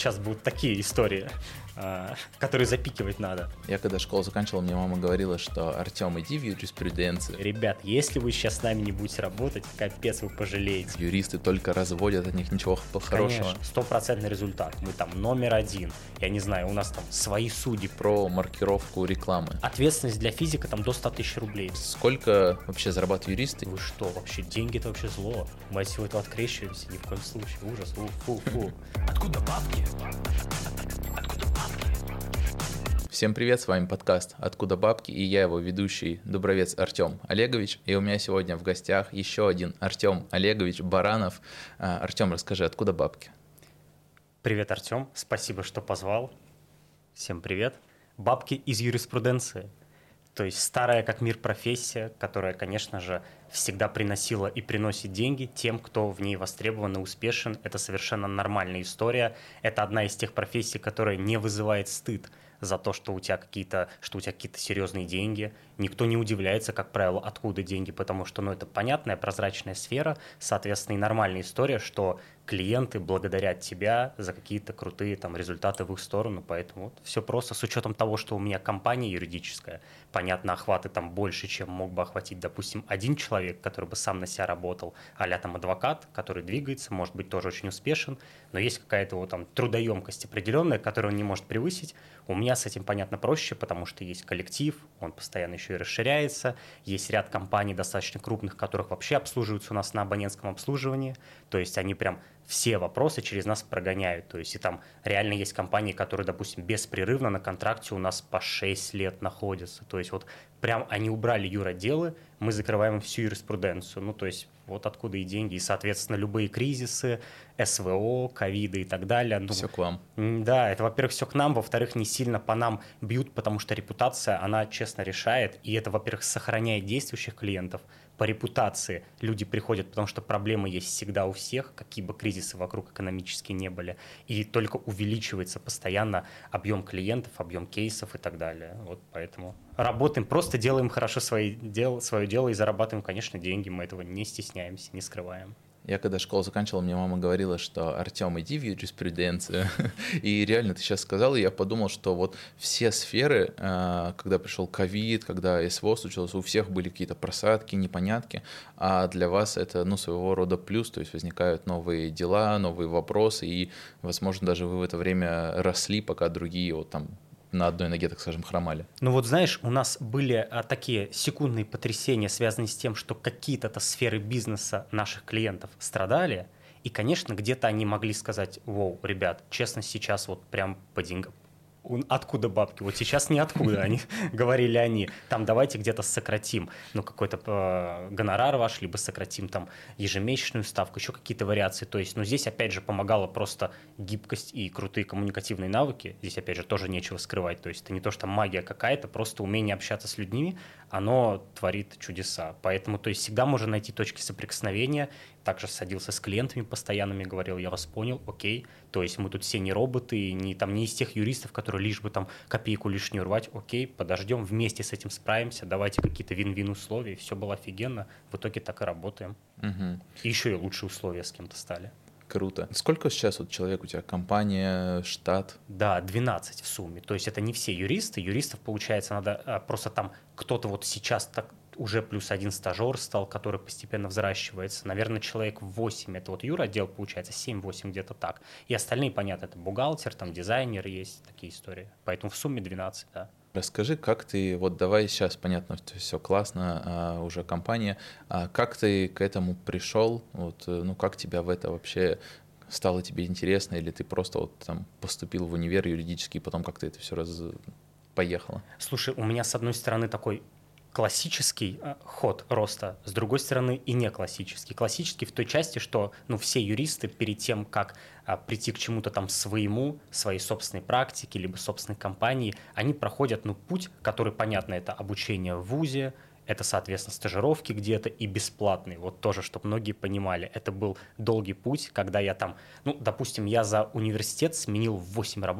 сейчас будут такие истории, которые запикивать надо. Я когда школу заканчивал, мне мама говорила, что Артем, иди в юриспруденцию. Ребят, если вы сейчас с нами не будете работать, капец вы пожалеете. Юристы только разводят, от них ничего хорошего. Конечно, стопроцентный результат. Мы там номер один. Я не знаю, у нас там свои судьи. Про маркировку рекламы. Ответственность для физика там до 100 тысяч рублей. Сколько вообще зарабатывают юристы? Вы что, вообще деньги это вообще зло. Мы от всего этого открещиваемся, ни в коем случае. Ужас, фу. Откуда бабки? Всем привет, с вами подкаст «Откуда бабки» и я его ведущий, дубровец Артем Олегович. И у меня сегодня в гостях еще один Артем Олегович Баранов. Артем, расскажи, откуда бабки? Привет, Артем, спасибо, что позвал. Всем привет. Бабки из юриспруденции. То есть старая как мир профессия, которая, конечно же, всегда приносила и приносит деньги тем, кто в ней востребован и успешен. Это совершенно нормальная история. Это одна из тех профессий, которая не вызывает стыд за то, что у тебя какие-то серьезные деньги. Никто не удивляется, как правило, откуда деньги, потому что, это понятная, прозрачная сфера, соответственно, и нормальная история, что клиенты благодарят тебя за какие-то крутые результаты в их сторону, поэтому все просто с учетом того, что у меня компания юридическая, понятно, охваты там больше, чем мог бы охватить, допустим, один человек, который бы сам на себя работал, а-ля адвокат, который двигается, может быть, тоже очень успешен, но есть какая-то трудоемкость определенная, которую он не может превысить. У меня с этим, понятно, проще, потому что есть коллектив, он постоянно еще и расширяется, есть ряд компаний достаточно крупных, которых вообще обслуживаются у нас на абонентском обслуживании, то есть они прям все вопросы через нас прогоняют, то есть и там реально есть компании, которые, допустим, беспрерывно на контракте у нас по 6 лет находятся, то есть прям они убрали юротделы, мы закрываем всю юриспруденцию, то есть вот откуда и деньги, и, соответственно, любые кризисы, СВО, ковиды и так далее. Все к вам. Да, это, во-первых, все к нам, во-вторых, не сильно по нам бьют, потому что репутация, она честно решает, и это, во-первых, сохраняет действующих клиентов. По репутации люди приходят, потому что проблемы есть всегда у всех, какие бы кризисы вокруг экономические не были, и только увеличивается постоянно объем клиентов, объем кейсов и так далее. Вот поэтому работаем, просто делаем хорошо свое дело и зарабатываем, конечно, деньги, мы этого не стесняемся, не скрываем. Я когда школу заканчивал, мне мама говорила, что Артем, иди в юриспруденцию. И реально ты сейчас сказал, и я подумал, что все сферы, когда пришел ковид, когда СВО случилось, у всех были какие-то просадки, непонятки, а для вас это своего рода плюс, то есть возникают новые дела, новые вопросы, и, возможно, даже вы в это время росли, пока другие на одной ноге, так скажем, хромали. Знаешь, у нас были такие секундные потрясения, связанные с тем, что какие-то сферы бизнеса наших клиентов страдали, и, конечно, где-то они могли сказать: «Воу, ребят, честно, сейчас прям по деньгам». Откуда бабки? Сейчас ниоткуда, они говорили они. Там давайте где-то сократим, какой-то гонорар ваш, либо сократим там ежемесячную ставку, еще какие-то вариации. То есть, здесь опять же помогала просто гибкость и крутые коммуникативные навыки. Здесь опять же тоже нечего скрывать. То есть это не то, что магия какая-то, просто умение общаться с людьми, оно творит чудеса. Поэтому, то есть всегда можно найти точки соприкосновения. Также садился с клиентами постоянными, говорил: я вас понял, окей. То есть мы тут все не роботы, не из тех юристов, которые лишь бы копейку лишнюю рвать. Окей, подождем, вместе с этим справимся, давайте какие-то вин-вин условия. Все было офигенно, в итоге так и работаем. Угу. И еще и лучшие условия с кем-то стали. Круто. Сколько сейчас человек у тебя? Компания, штат? Да, 12 в сумме. То есть это не все юристы. Юристов, получается, надо просто там кто-то сейчас так уже плюс один стажер стал, который постепенно взращивается. Наверное, человек 8, это юротдел, получается, 7-8 где-то так. И остальные, понятно, это бухгалтер, дизайнер есть, такие истории. Поэтому в сумме 12, да. Расскажи, как ты, давай сейчас, понятно, все классно, уже компания, как ты к этому пришел, как тебя в это вообще стало тебе интересно, или ты просто поступил в универ юридический, и потом как-то это все поехало? Слушай, у меня с одной стороны такой классический ход роста, с другой стороны и не классический. Классический в той части, что все юристы перед тем, как прийти к чему-то своему, своей собственной практике, либо собственной компании, они проходят путь, который, понятно, это обучение в вузе, это, соответственно, стажировки где-то и бесплатные. Тоже, чтобы многие понимали, это был долгий путь, когда я допустим, я за университет сменил 8 работ,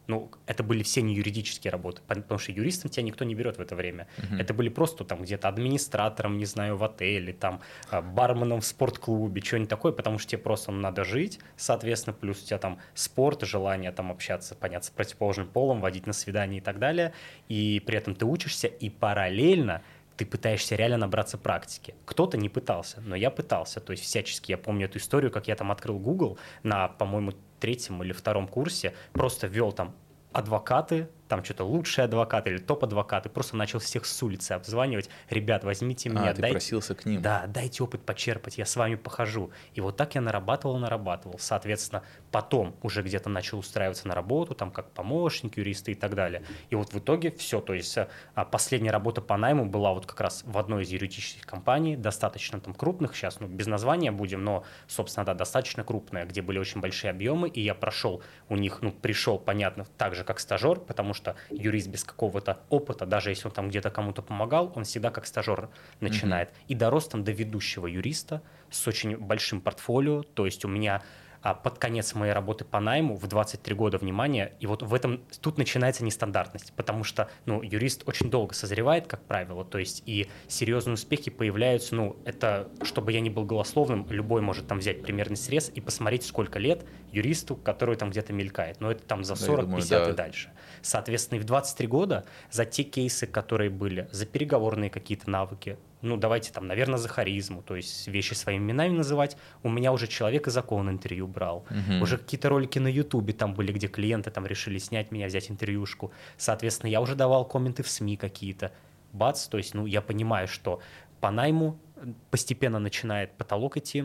Ну, это были все не юридические работы, потому что юристом тебя никто не берет в это время. Это были просто там где-то администратором, не знаю, в отеле, там барменом в спортклубе, что-нибудь такое, потому что тебе просто надо жить, соответственно, плюс у тебя там спорт, желание там общаться, понятно, с противоположным полом, водить на свидание и так далее, и при этом ты учишься, и параллельно ты пытаешься реально набраться практики. Кто-то не пытался, но я пытался. То есть всячески я помню эту историю, как я там открыл Google на, по-моему, третьем или втором курсе, просто ввел там адвокаты, там что-то лучшие адвокаты или топ-адвокаты, просто начал всех с улицы обзванивать. Ребят, возьмите меня, ты просился к ним. Да, дайте опыт почерпать, я с вами похожу. И вот так я нарабатывал. Соответственно, потом уже где-то начал устраиваться на работу, там как помощник юриста и так далее. И вот в итоге все, то есть последняя работа по найму была вот как раз в одной из юридических компаний, достаточно там крупных, сейчас без названия будем, но, собственно, да, достаточно крупная, где были очень большие объемы, и я прошел у них, пришел, понятно, так же, как стажер, потому что юрист без какого-то опыта, даже если он там где-то кому-то помогал, он всегда как стажер начинает. И дорос там до ведущего юриста с очень большим портфолио, то есть у меня под конец моей работы по найму в 23 года, внимание, и вот в этом тут начинается нестандартность, потому что, юрист очень долго созревает, как правило, то есть и серьезные успехи появляются, это, чтобы я не был голословным, любой может там взять примерный срез и посмотреть, сколько лет юристу, который там где-то мелькает, но это там за 40, 50 и дальше. Соответственно, и в 23 года за те кейсы, которые были, за переговорные какие-то навыки, давайте там, наверное, за харизму, то есть вещи своими именами называть. У меня уже человек из закона интервью брал. Уже какие-то ролики на Ютубе там были, где клиенты там решили снять меня, взять интервьюшку. Соответственно, я уже давал комменты в СМИ какие-то. Бац, то есть, я понимаю, что по найму постепенно начинает потолок идти.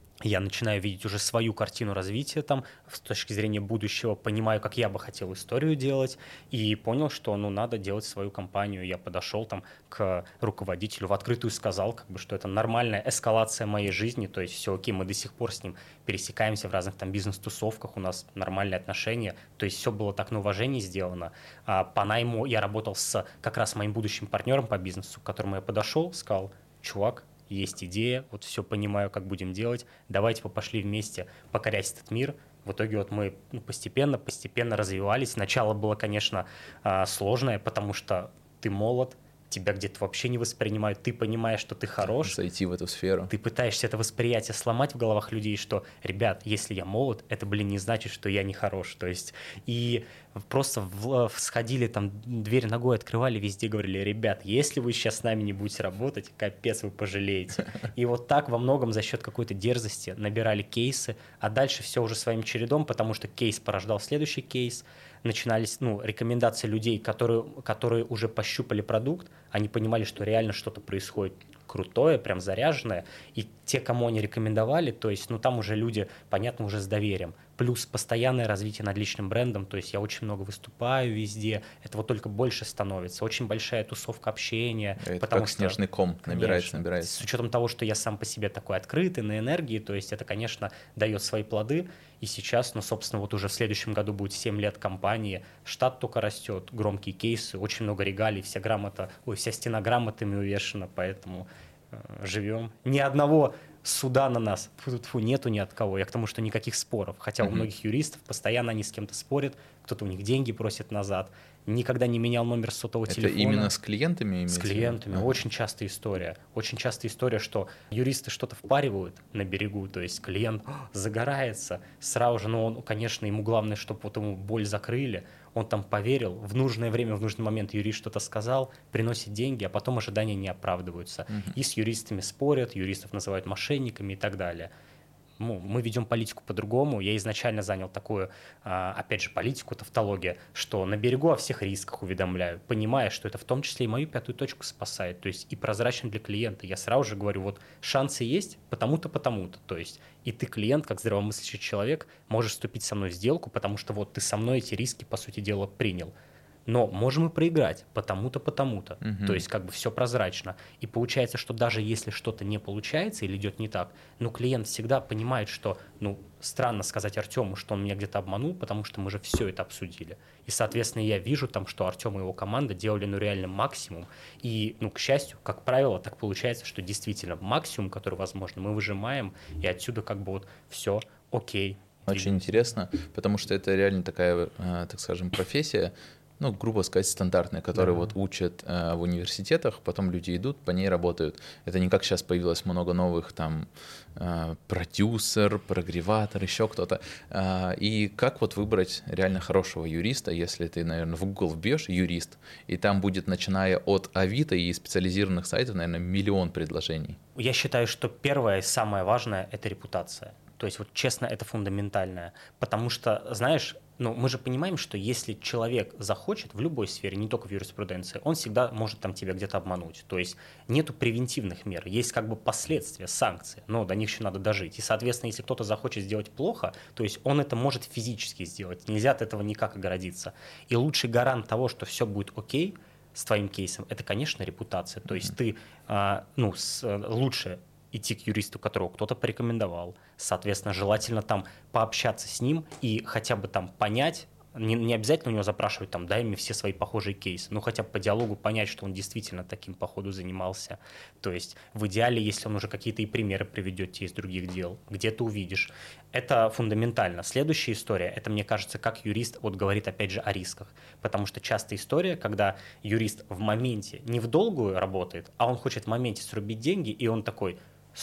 Я начинаю видеть уже свою картину развития там с точки зрения будущего, понимаю, как я бы хотел историю делать, и понял, что надо делать свою компанию. Я подошел там к руководителю, в открытую сказал, что это нормальная эскалация моей жизни, то есть все окей, мы до сих пор с ним пересекаемся в разных там бизнес-тусовках, у нас нормальные отношения, то есть все было так на уважении сделано. По найму я работал с как раз моим будущим партнером по бизнесу, к которому я подошел, сказал: чувак, есть идея, вот все понимаю, как будем делать, давайте пошли вместе покорять этот мир. В итоге вот мы постепенно развивались. Начало было, конечно, сложное, потому что ты молод, тебя где-то вообще не воспринимают, ты понимаешь, что ты хорош. Зайти в эту сферу. Ты пытаешься это восприятие сломать в головах людей, что, ребят, если я молод, это, не значит, что я не хорош. То есть, и просто сходили там, дверь ногой открывали, везде говорили: ребят, если вы сейчас с нами не будете работать, капец, вы пожалеете. И вот так во многом за счет какой-то дерзости набирали кейсы, а дальше все уже своим чередом, потому что кейс порождал следующий кейс, начинались рекомендации людей, которые уже пощупали продукт, они понимали, что реально что-то происходит крутое, прям заряженное, и те, кому они рекомендовали, то есть, там уже люди, понятно, уже с доверием, плюс постоянное развитие над личным брендом, то есть я очень много выступаю везде, этого только больше становится, очень большая тусовка общения. Это потому как снежный ком, набирается. С учетом того, что я сам по себе такой открытый, на энергии, то есть это, конечно, дает свои плоды, и сейчас, собственно, вот уже в следующем году будет 7 лет компании, штат только растет, громкие кейсы, очень много регалий, вся стена грамотами увешана, поэтому живем. Ни одного суда на нас нету ни от кого. Я к тому, что никаких споров. Хотя у многих юристов постоянно они с кем-то спорят, кто-то у них деньги просит назад. Никогда не менял номер сотового телефона. Это именно с клиентами? С клиентами. Очень частая история. Очень частая история, что юристы что-то впаривают на берегу, то есть клиент загорается сразу же, он, конечно, ему главное, чтобы вот ему боль закрыли, он там поверил, в нужное время, в нужный момент юрист что-то сказал, приносит деньги, а потом ожидания не оправдываются. И с юристами спорят, юристов называют мошенниками и так далее. Мы ведем политику по-другому. Я изначально занял такую, опять же, политику, тавтология, что на берегу о всех рисках уведомляю, понимая, что это в том числе и мою пятую точку спасает, то есть и прозрачно для клиента. Я сразу же говорю, вот шансы есть потому-то, потому-то. То есть и ты, клиент, как здравомыслящий человек, можешь вступить со мной в сделку, потому что вот ты со мной эти риски, по сути дела, принял. Но можем и проиграть потому-то, потому-то. То есть все прозрачно. И получается, что даже если что-то не получается или идет не так, клиент всегда понимает, что, странно сказать Артему, что он меня где-то обманул, потому что мы же все это обсудили. И, соответственно, я вижу там, что Артем и его команда делали, реально максимум. И, к счастью, как правило, так получается, что действительно максимум, который возможно, мы выжимаем, и отсюда вот все окей. Очень интересно, потому что это реально такая, так скажем, профессия, ну, грубо сказать, стандартная, которую вот учат в университетах, потом люди идут, по ней работают. Это не как сейчас появилось много новых там продюсер, прогреватор, еще кто-то. И как вот выбрать реально хорошего юриста, если ты, наверное, в Google вбьешь юрист, и там будет, начиная от Авито и специализированных сайтов, наверное, миллион предложений. Я считаю, что первое, самое важное – это репутация. То есть, вот честно, это фундаментальное. Потому что, знаешь, ну, мы же понимаем, что если человек захочет в любой сфере, не только в юриспруденции, он всегда может там тебя где-то обмануть. То есть нету превентивных мер, есть как бы последствия, санкции, но до них еще надо дожить. И, соответственно, если кто-то захочет сделать плохо, то есть он это может физически сделать, нельзя от этого никак оградиться. И лучший гарант того, что все будет окей с твоим кейсом, это, конечно, репутация. То есть ты, лучше идти к юристу, которого кто-то порекомендовал. Соответственно, желательно там пообщаться с ним и хотя бы там понять, не обязательно у него запрашивать, там, дай мне все свои похожие кейсы, но хотя бы по диалогу понять, что он действительно таким по ходу занимался. То есть в идеале, если он уже какие-то и примеры приведет тебе из других дел, где ты увидишь. Это фундаментально. Следующая история, это, мне кажется, как юрист вот говорит опять же о рисках. Потому что часто история, когда юрист в моменте не в долгую работает, а он хочет в моменте срубить деньги, и он такой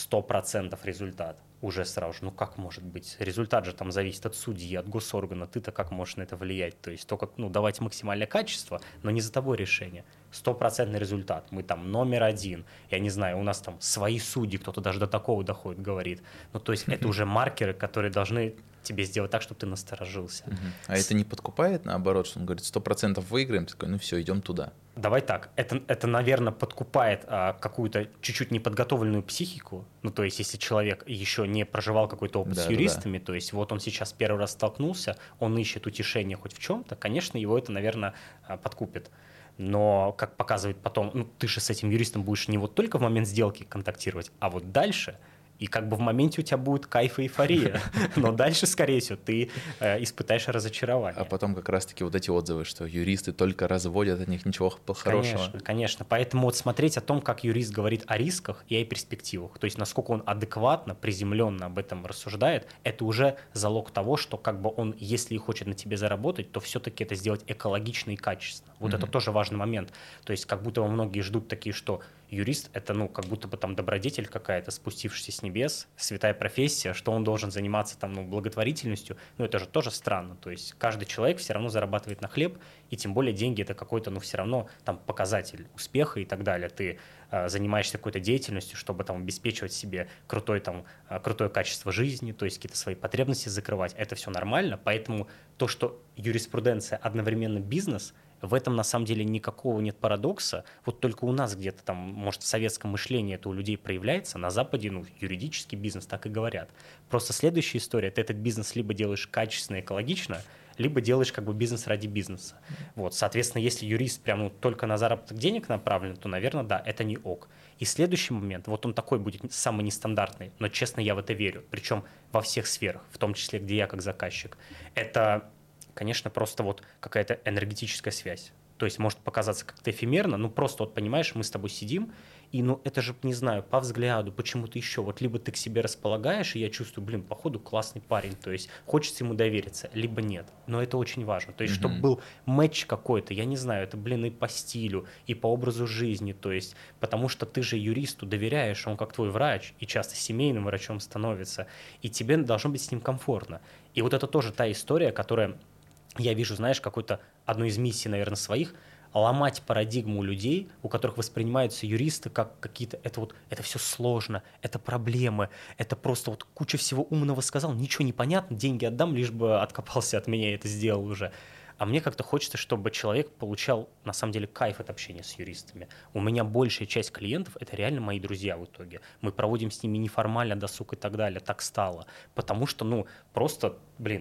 100% результат. Уже сразу же, ну как может быть? Результат же там зависит от судьи, от госоргана. Ты-то как можешь на это влиять? То есть только давать максимальное качество, но не за тобой решение. 100% результат. Мы там номер один. Я не знаю, у нас там свои судьи, кто-то даже до такого доходит, говорит. Ну то есть это уже маркеры, которые должны тебе сделать так, чтобы ты насторожился. А это не подкупает, наоборот, что он говорит, 100% выиграем, ты такой, ну все, идем туда. Давай так, это наверное, подкупает какую-то чуть-чуть неподготовленную психику, ну, то есть, если человек еще не проживал какой-то опыт с юристами, то есть, вот он сейчас первый раз столкнулся, он ищет утешение хоть в чем-то, конечно, его это, наверное, подкупит. Но, как показывает потом, ну, ты же с этим юристом будешь не вот только в момент сделки контактировать, а вот дальше. И как бы в моменте у тебя будет кайф и эйфория, но дальше, скорее всего, ты испытаешь разочарование. А потом как раз-таки вот эти отзывы, что юристы только разводят, от них ничего хорошего. Конечно, конечно. Поэтому вот смотреть о том, как юрист говорит о рисках и о перспективах, то есть насколько он адекватно, приземленно об этом рассуждает, это уже залог того, что как бы он, если и хочет на тебе заработать, то все-таки это сделать экологично и качественно. Вот это тоже важный момент. То есть как будто многие ждут такие, что юрист — это, ну, как будто бы там добродетель какая-то, спустившаяся с небес, святая профессия, что он должен заниматься там, ну, благотворительностью. Ну, это же тоже странно. То есть каждый человек все равно зарабатывает на хлеб, и тем более деньги — это какой-то, ну, все равно там показатель успеха и так далее. Ты занимаешься какой-то деятельностью, чтобы там обеспечивать себе крутое качество жизни, то есть какие-то свои потребности закрывать. Это все нормально, поэтому то, что юриспруденция одновременно бизнес, в этом на самом деле никакого нет парадокса. Вот только у нас где-то там, может, в советском мышлении это у людей проявляется, на Западе, ну, юридический бизнес, так и говорят. Просто следующая история, ты этот бизнес либо делаешь качественно, экологично, либо делаешь как бы бизнес ради бизнеса. Вот, соответственно, если юрист прям ну, только на заработок денег направлен, то, наверное, да, это не ок. И следующий момент, вот он такой будет самый нестандартный, но, честно, я в это верю, причем во всех сферах, в том числе, где я как заказчик. Это, конечно, просто вот какая-то энергетическая связь. То есть может показаться как-то эфемерно, ну просто вот понимаешь, мы с тобой сидим, и ну это же, не знаю, по взгляду, почему-то еще, вот либо ты к себе располагаешь, и я чувствую, блин, походу классный парень, то есть хочется ему довериться, либо нет. Но это очень важно, то есть чтобы был матч какой-то, я не знаю, это, блин, и по стилю, и по образу жизни, то есть потому что ты же юристу доверяешь, он как твой врач, и часто семейным врачом становится, и тебе должно быть с ним комфортно. И вот это тоже та история, которая... Я вижу, знаешь, какой-то одной из миссий, наверное, своих, ломать парадигму у людей, у которых воспринимаются юристы как какие-то, это все сложно, это проблемы, это просто вот куча всего умного сказал, ничего не понятно, деньги отдам, лишь бы откопался от меня и это сделал уже. А мне как-то хочется, чтобы человек получал, на самом деле, кайф от общения с юристами. У меня большая часть клиентов — это реально мои друзья в итоге. Мы проводим с ними неформально досуг и так далее, так стало. Потому что, ну, просто, блин,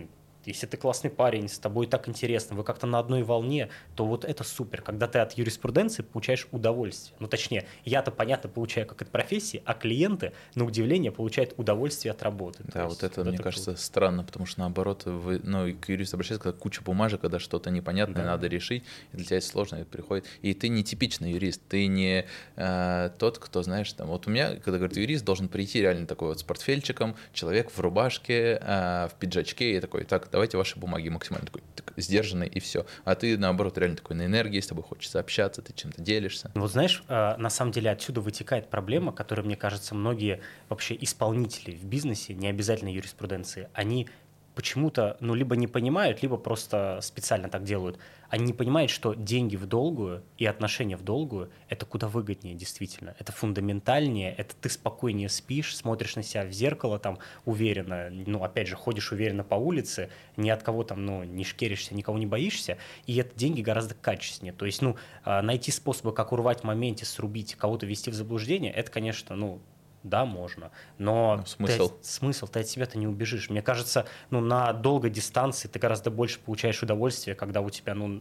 если ты классный парень, с тобой так интересно, вы как-то на одной волне, то вот это супер, когда ты от юриспруденции получаешь удовольствие. Ну, точнее, я-то, понятно, получаю как от профессии, а клиенты, на удивление, получают удовольствие от работы. Да, вот это, мне кажется, странно, потому что наоборот, к юристу обращаются, когда куча бумажек, когда что-то непонятное надо решить, и для тебя это сложно, это приходит. И ты не типичный юрист, ты не тот, кто, знаешь, там, вот у меня, когда говорят юрист, должен прийти реально такой вот с портфельчиком, человек в рубашке, в пиджачке, и такой, так, давайте ваши бумаги максимально такой сдержанный, и все. А ты, наоборот, реально такой на энергии, с тобой хочется общаться, ты чем-то делишься. Вот знаешь, на самом деле отсюда вытекает проблема, которую, мне кажется, многие вообще исполнители в бизнесе, не обязательно юриспруденции, они почему-то, ну, либо не понимают, либо просто специально так делают. Они не понимают, что деньги в долгую и отношения в долгую – это куда выгоднее, действительно. Это фундаментальнее, это ты спокойнее спишь, смотришь на себя в зеркало там уверенно, ну, опять же, ходишь уверенно по улице, ни от кого там, ну, не шкеришься, никого не боишься, и это деньги гораздо качественнее. То есть, ну, найти способы, как урвать в моменте, срубить, кого-то ввести в заблуждение, это, конечно, ну, да, можно, но смысл, ты от себя-то не убежишь. Мне кажется, ну, на долгой дистанции ты гораздо больше получаешь удовольствия, когда у тебя, ну,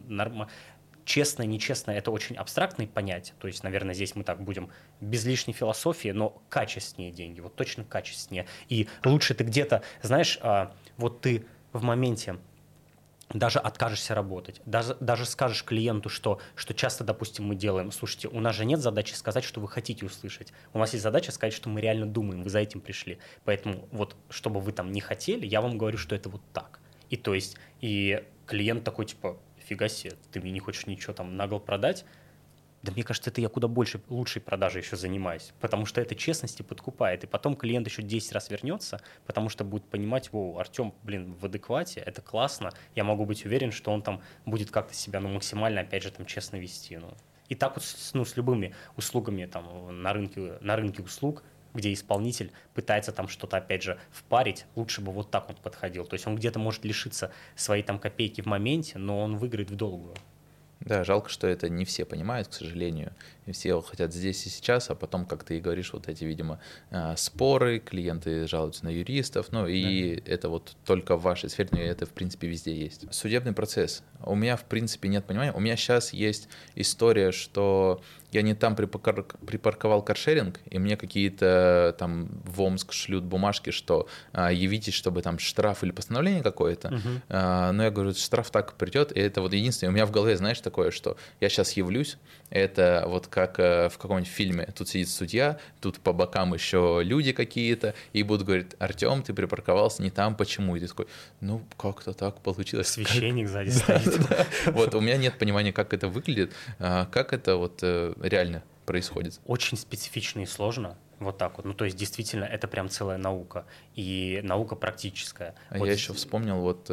честное, нечестное – это очень абстрактные понятия. То есть, наверное, здесь мы так будем без лишней философии, но качественнее деньги, вот точно качественнее. И лучше ты где-то, знаешь, вот ты в моменте даже откажешься работать, даже скажешь клиенту, что часто, допустим, мы делаем, слушайте, у нас же нет задачи сказать, что вы хотите услышать, у нас есть задача сказать, что мы реально думаем, вы за этим пришли, поэтому вот, чтобы вы там не хотели, я вам говорю, что это вот так. И то есть, и клиент такой, типа, фига себе, ты мне не хочешь ничего там нагло продать, да мне кажется, это я куда больше, лучшей продажей еще занимаюсь, потому что это честность и подкупает. И потом клиент еще 10 раз вернется, потому что будет понимать, о, Артем, блин, в адеквате, это классно, я могу быть уверен, что он там будет как-то себя, ну, максимально, опять же, там, честно вести. Ну. И так вот, ну, с любыми услугами там на рынке услуг, где исполнитель пытается там что-то, опять же, впарить, лучше бы вот так он подходил. То есть он где-то может лишиться своей там копейки в моменте, но он выиграет в долгую. Да, жалко, что это не все понимают, к сожалению. И все хотят здесь и сейчас, а потом, как ты и говоришь, вот эти, видимо, споры, клиенты жалуются на юристов, ну и это вот только в вашей сфере, но это, в принципе, везде есть. Судебный процесс. У меня, в принципе, нет понимания. У меня сейчас есть история, что я не там припарковал каршеринг, и мне какие-то там в Омск шлют бумажки, что явитесь, чтобы там штраф или постановление какое-то. Но я говорю, штраф так придет, и это вот единственное. У меня в голове, знаешь, такое, что я сейчас явлюсь, это вот как в каком-нибудь фильме. Тут сидит судья, тут по бокам еще люди какие-то, и будут говорить, Артем, ты припарковался не там, почему? И ты такой, ну, как-то так получилось. Священник сзади стоит. Вот, у меня нет понимания, как это выглядит, как это вот реально происходит. Очень специфично и сложно. Вот так вот. Ну, то есть, действительно, это прям целая наука. И наука практическая. А вот я еще вспомнил, вот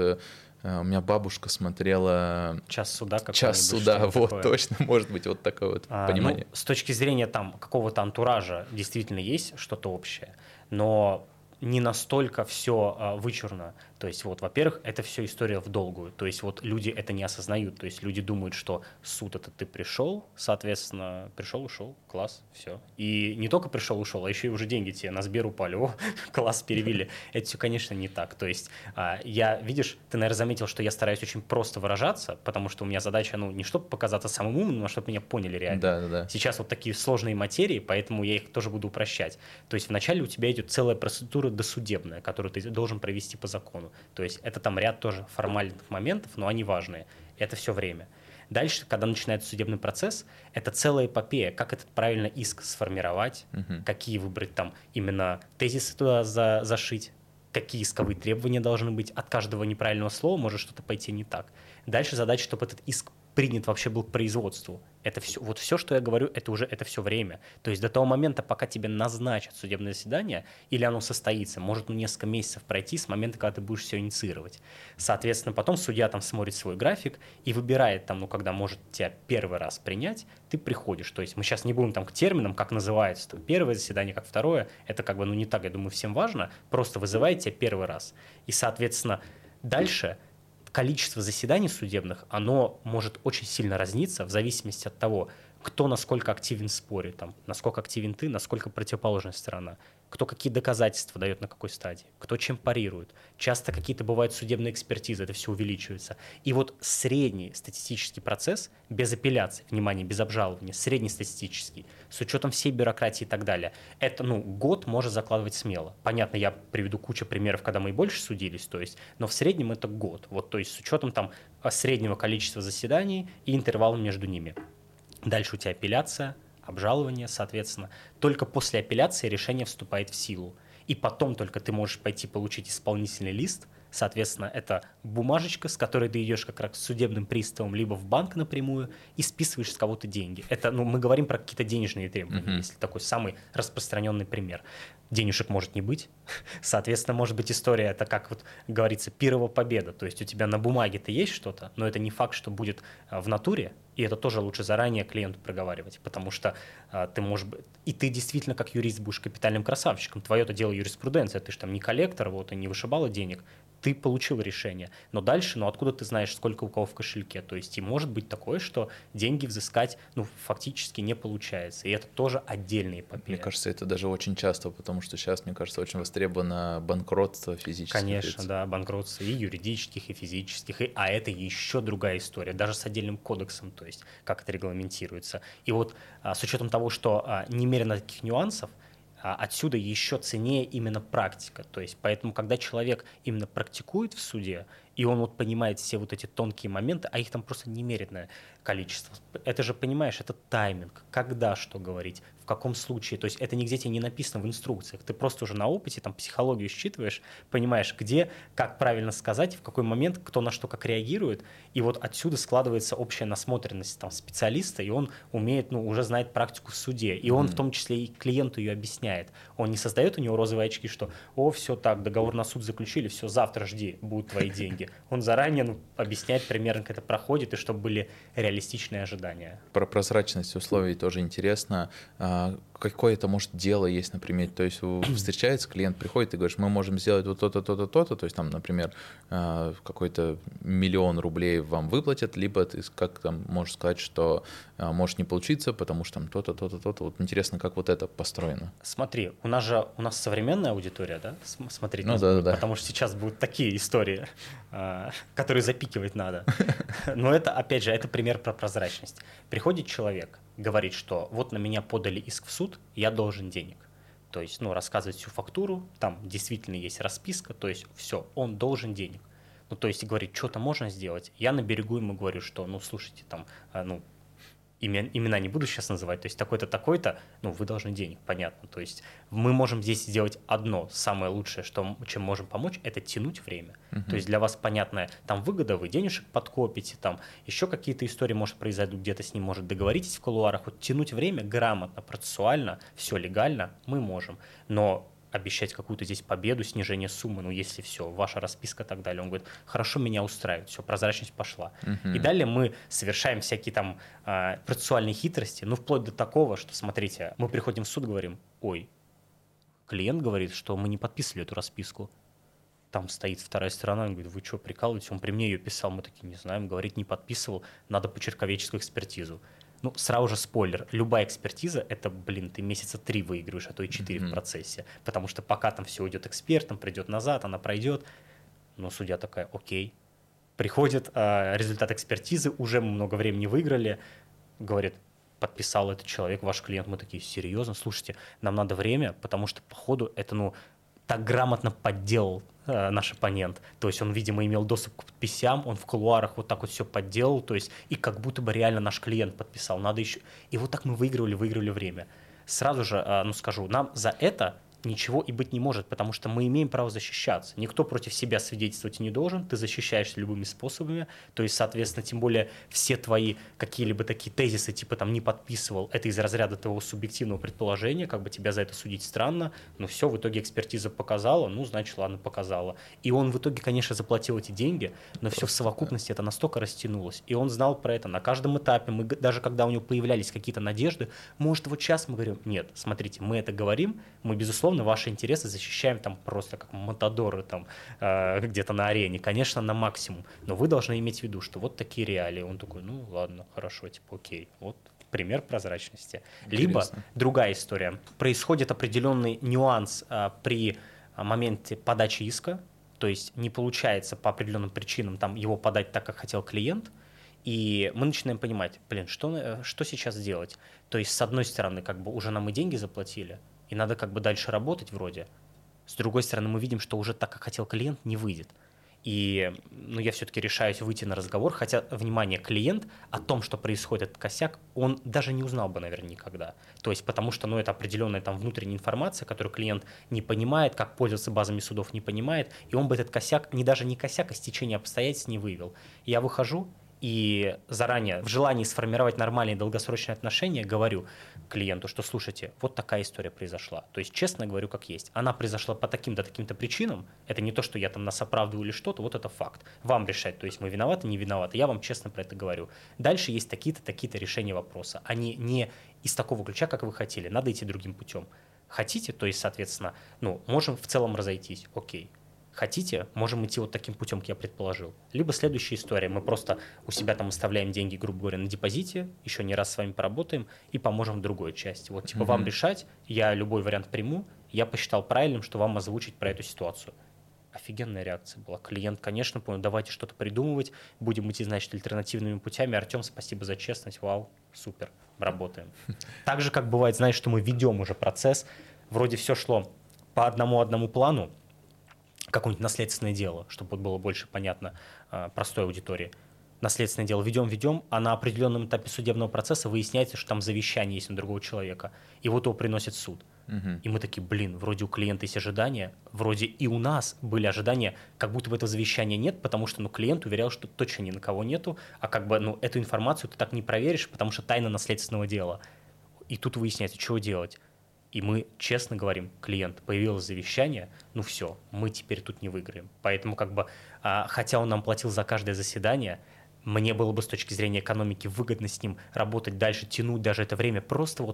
у меня бабушка смотрела «Час суда», «Час суда», вот такое. Точно, может быть, вот такое вот понимание. Ну, с точки зрения там какого-то антуража действительно есть что-то общее, но не настолько все вычурно. То есть, вот, во-первых, это все история в долгую. То есть, вот люди это не осознают. То есть, люди думают, что суд это ты пришел, соответственно, пришел, ушел, класс, все. И не только пришел, ушел, а еще и уже деньги тебе на Сбер упали, о, класс, перевели. Это все, конечно, не так. То есть, видишь, ты, наверное, заметил, что я стараюсь очень просто выражаться, потому что у меня задача, ну, не чтобы показаться самым умным, а чтобы меня поняли реально. Да. Сейчас вот такие сложные материи, поэтому я их тоже буду упрощать. То есть, вначале у тебя идет целая процедура досудебная, которую ты должен провести по закону. То есть это там ряд тоже формальных моментов, но они важные. Это все время. Дальше, когда начинается судебный процесс, это целая эпопея, как этот правильно иск сформировать, какие выбрать там именно тезисы туда зашить, какие исковые требования должны быть. От каждого неправильного слова может что-то пойти не так. Дальше задача, чтобы этот иск принят вообще был к производству. Это все, вот все, что я говорю, это все время. То есть до того момента, пока тебе назначат судебное заседание, или оно состоится, может несколько месяцев пройти с момента, когда ты будешь все инициировать. Соответственно, потом судья там смотрит свой график и выбирает там, ну, когда может тебя первый раз принять, ты приходишь. То есть мы сейчас не будем там к терминам, как называется, там, первое заседание, как второе, это как бы, ну, не так, я думаю, всем важно, просто вызывает тебя первый раз. И, соответственно, дальше количество заседаний судебных, оно может очень сильно разниться в зависимости от того, кто насколько активен в споре, там, насколько активен ты, насколько противоположная сторона, кто какие доказательства дает на какой стадии, кто чем парирует. Часто какие-то бывают судебные экспертизы, это все увеличивается. И вот средний статистический процесс без апелляции, внимание, без обжалования, среднестатистический, с учетом всей бюрократии и так далее, это, год может закладывать смело. Понятно, я приведу кучу примеров, когда мы и больше судились, то есть, но в среднем это год. Вот, то есть с учетом там среднего количества заседаний и интервала между ними. Дальше у тебя апелляция, обжалование, соответственно. Только после апелляции решение вступает в силу. И потом только ты можешь пойти получить исполнительный лист. Соответственно, это бумажечка, с которой ты идешь как раз к судебным приставам, либо в банк напрямую и списываешь с кого-то деньги. Это, мы говорим про какие-то денежные требования, если такой самый распространенный пример. Денежек может не быть. Соответственно, может быть история, это как вот говорится, пирова победа. То есть у тебя на бумаге-то есть что-то, но это не факт, что будет в натуре. И это тоже лучше заранее клиенту проговаривать, потому что ты можешь быть... И ты действительно как юрист будешь капитальным красавчиком. Твое-то дело юриспруденция, ты же там не коллектор, вот, и не вышибала денег. Ты получил решение. Но дальше, откуда ты знаешь, сколько у кого в кошельке? То есть и может быть такое, что деньги взыскать, фактически не получается. И это тоже отдельная эпопея. Мне кажется, это даже очень часто, потому что сейчас, мне кажется, очень востребовано банкротство физических Конечно, лиц. да, банкротство и юридических, и физических, а это еще другая история, даже с отдельным кодексом, то есть как это регламентируется. И вот с учетом того, что немерено таких нюансов, отсюда еще ценнее именно практика. То есть поэтому, когда человек именно практикует в суде, и он вот понимает все вот эти тонкие моменты, а их там просто немеренное количество. Это же, понимаешь, это тайминг, когда что говорить, в каком случае. То есть это нигде тебе не написано в инструкциях. Ты просто уже на опыте там психологию считываешь, понимаешь, где, как правильно сказать, в какой момент, кто на что как реагирует. И вот отсюда складывается общая насмотренность там специалиста, и он умеет, уже знает практику в суде. И он в том числе и клиенту ее объясняет. Он не создает у него розовые очки, что все так, договор на суд заключили, все, завтра жди, будут твои деньги. Он заранее объясняет примерно, как это проходит, и чтобы были реалистичные ожидания. Про прозрачность условий тоже интересно. Какое это, может, дело есть, например, то есть встречается клиент, приходит и говоришь, мы можем сделать вот то-то, то-то, то-то, то есть там, например, какой-то 1 000 000 рублей вам выплатят, либо ты как там можешь сказать, что может не получиться, потому что там то-то, то-то, то-то. Вот интересно, как вот это построено. Смотри, у нас современная аудитория, да? Смотреть да. Потому что сейчас будут такие истории, которые запикивать надо. Но это, опять же, это пример про прозрачность. Приходит человек, говорит, что вот на меня подали иск в суд, я должен денег. То есть, рассказывать всю фактуру, там действительно есть расписка, то есть все, он должен денег. То есть, говорит, что-то можно сделать. Я на берегу ему говорю, что, слушайте, там, имена не буду сейчас называть, то есть такой-то, такой-то, вы должны денег, понятно. То есть мы можем здесь сделать одно, самое лучшее, чем можем помочь, это тянуть время. То есть для вас понятная там выгода, вы денежек подкопите, там еще какие-то истории, может, произойдут, где-то с ним, может, договоритесь в кулуарах, вот тянуть время грамотно, процессуально, все легально мы можем, но обещать какую-то здесь победу, снижение суммы, если все, ваша расписка и так далее. Он говорит, хорошо, меня устраивает, все, прозрачность пошла. И далее мы совершаем всякие там процессуальные хитрости, вплоть до такого, что, смотрите, мы приходим в суд, говорим, ой, клиент говорит, что мы не подписывали эту расписку. Там стоит вторая сторона, он говорит, вы что, прикалываетесь? Он при мне ее писал, мы такие, не знаем, говорит, не подписывал, надо почерковедческую экспертизу. Сразу же спойлер, любая экспертиза, это, ты месяца 3 выигрываешь, а то и 4 в процессе, потому что пока там все идет экспертом, придет назад, она пройдет, судья такая, окей. Приходит результат экспертизы, уже мы много времени выиграли, говорит, подписал этот человек, ваш клиент, мы такие, серьезно, слушайте, нам надо время, потому что, походу, это, так грамотно подделал наш оппонент. То есть он, видимо, имел доступ к подписям, он в кулуарах вот так вот все подделал, то есть и как будто бы реально наш клиент подписал. Надо еще... И вот так мы выигрывали время. Сразу же, скажу, нам за это ничего и быть не может, потому что мы имеем право защищаться. Никто против себя свидетельствовать не должен, ты защищаешься любыми способами, то есть, соответственно, тем более все твои какие-либо такие тезисы, типа там не подписывал, это из разряда твоего субъективного предположения, как бы тебя за это судить странно, но все, в итоге экспертиза показала, значит, ладно, показала. И он в итоге, конечно, заплатил эти деньги, но все в совокупности это настолько растянулось, и он знал про это на каждом этапе, мы даже когда у него появлялись какие-то надежды, может, вот сейчас мы говорим, нет, смотрите, мы это говорим, мы, безусловно, ваши интересы защищаем там просто как матадоры там где-то на арене, конечно, на максимум, но вы должны иметь в виду, что вот такие реалии. Он такой, ладно, хорошо, окей, вот пример прозрачности. Интересно. Либо другая история. Происходит определенный нюанс при моменте подачи иска, то есть не получается по определенным причинам там его подать так, как хотел клиент, и мы начинаем понимать, что сейчас делать. То есть, с одной стороны, как бы уже нам и деньги заплатили, и надо как бы дальше работать вроде. С другой стороны, мы видим, что уже так, как хотел клиент, не выйдет. И я все-таки решаюсь выйти на разговор, хотя, внимание, клиент о том, что происходит этот косяк, он даже не узнал бы, наверное, никогда. То есть потому что это определенная там внутренняя информация, которую клиент не понимает, как пользоваться базами судов не понимает, и он бы этот косяк, даже не косяк, а стечение обстоятельств не выявил. Я выхожу, и заранее в желании сформировать нормальные долгосрочные отношения говорю клиенту, что слушайте, вот такая история произошла. То есть честно говорю, как есть. Она произошла по таким-то, таким-то причинам. Это не то, что я там нас оправдываю или что-то, вот это факт. Вам решать, то есть мы виноваты, не виноваты. Я вам честно про это говорю. Дальше есть такие-то, такие-то решения вопроса. Они не из такого ключа, как вы хотели. Надо идти другим путем. Хотите, то есть, соответственно, можем в целом разойтись. Окей. Хотите, можем идти вот таким путем, как я предположил. Либо следующая история, мы просто у себя там оставляем деньги, грубо говоря, на депозите, еще не раз с вами поработаем и поможем в другой части. Вот типа вам решать, я любой вариант приму, я посчитал правильным, что вам озвучить про эту ситуацию. Офигенная реакция была. Клиент, конечно, понял, давайте что-то придумывать, будем идти, значит, альтернативными путями. Артем, спасибо за честность, вау, супер, работаем. Так же, как бывает, знаешь, что мы ведем уже процесс, вроде все шло по одному плану, какое-нибудь наследственное дело, чтобы было больше понятно простой аудитории. Наследственное дело ведем, а на определенном этапе судебного процесса выясняется, что там завещание есть у другого человека, и вот его приносит в суд. И мы такие, вроде у клиента есть ожидания, вроде и у нас были ожидания, как будто бы этого завещания нет, потому что клиент уверял, что точно ни на кого нету, а как бы эту информацию ты так не проверишь, потому что тайна наследственного дела. И тут выясняется, что делать. И мы честно говорим, клиент, появилось завещание, все, мы теперь тут не выиграем. Поэтому хотя он нам платил за каждое заседание, мне было бы с точки зрения экономики выгодно с ним работать дальше, тянуть даже это время, просто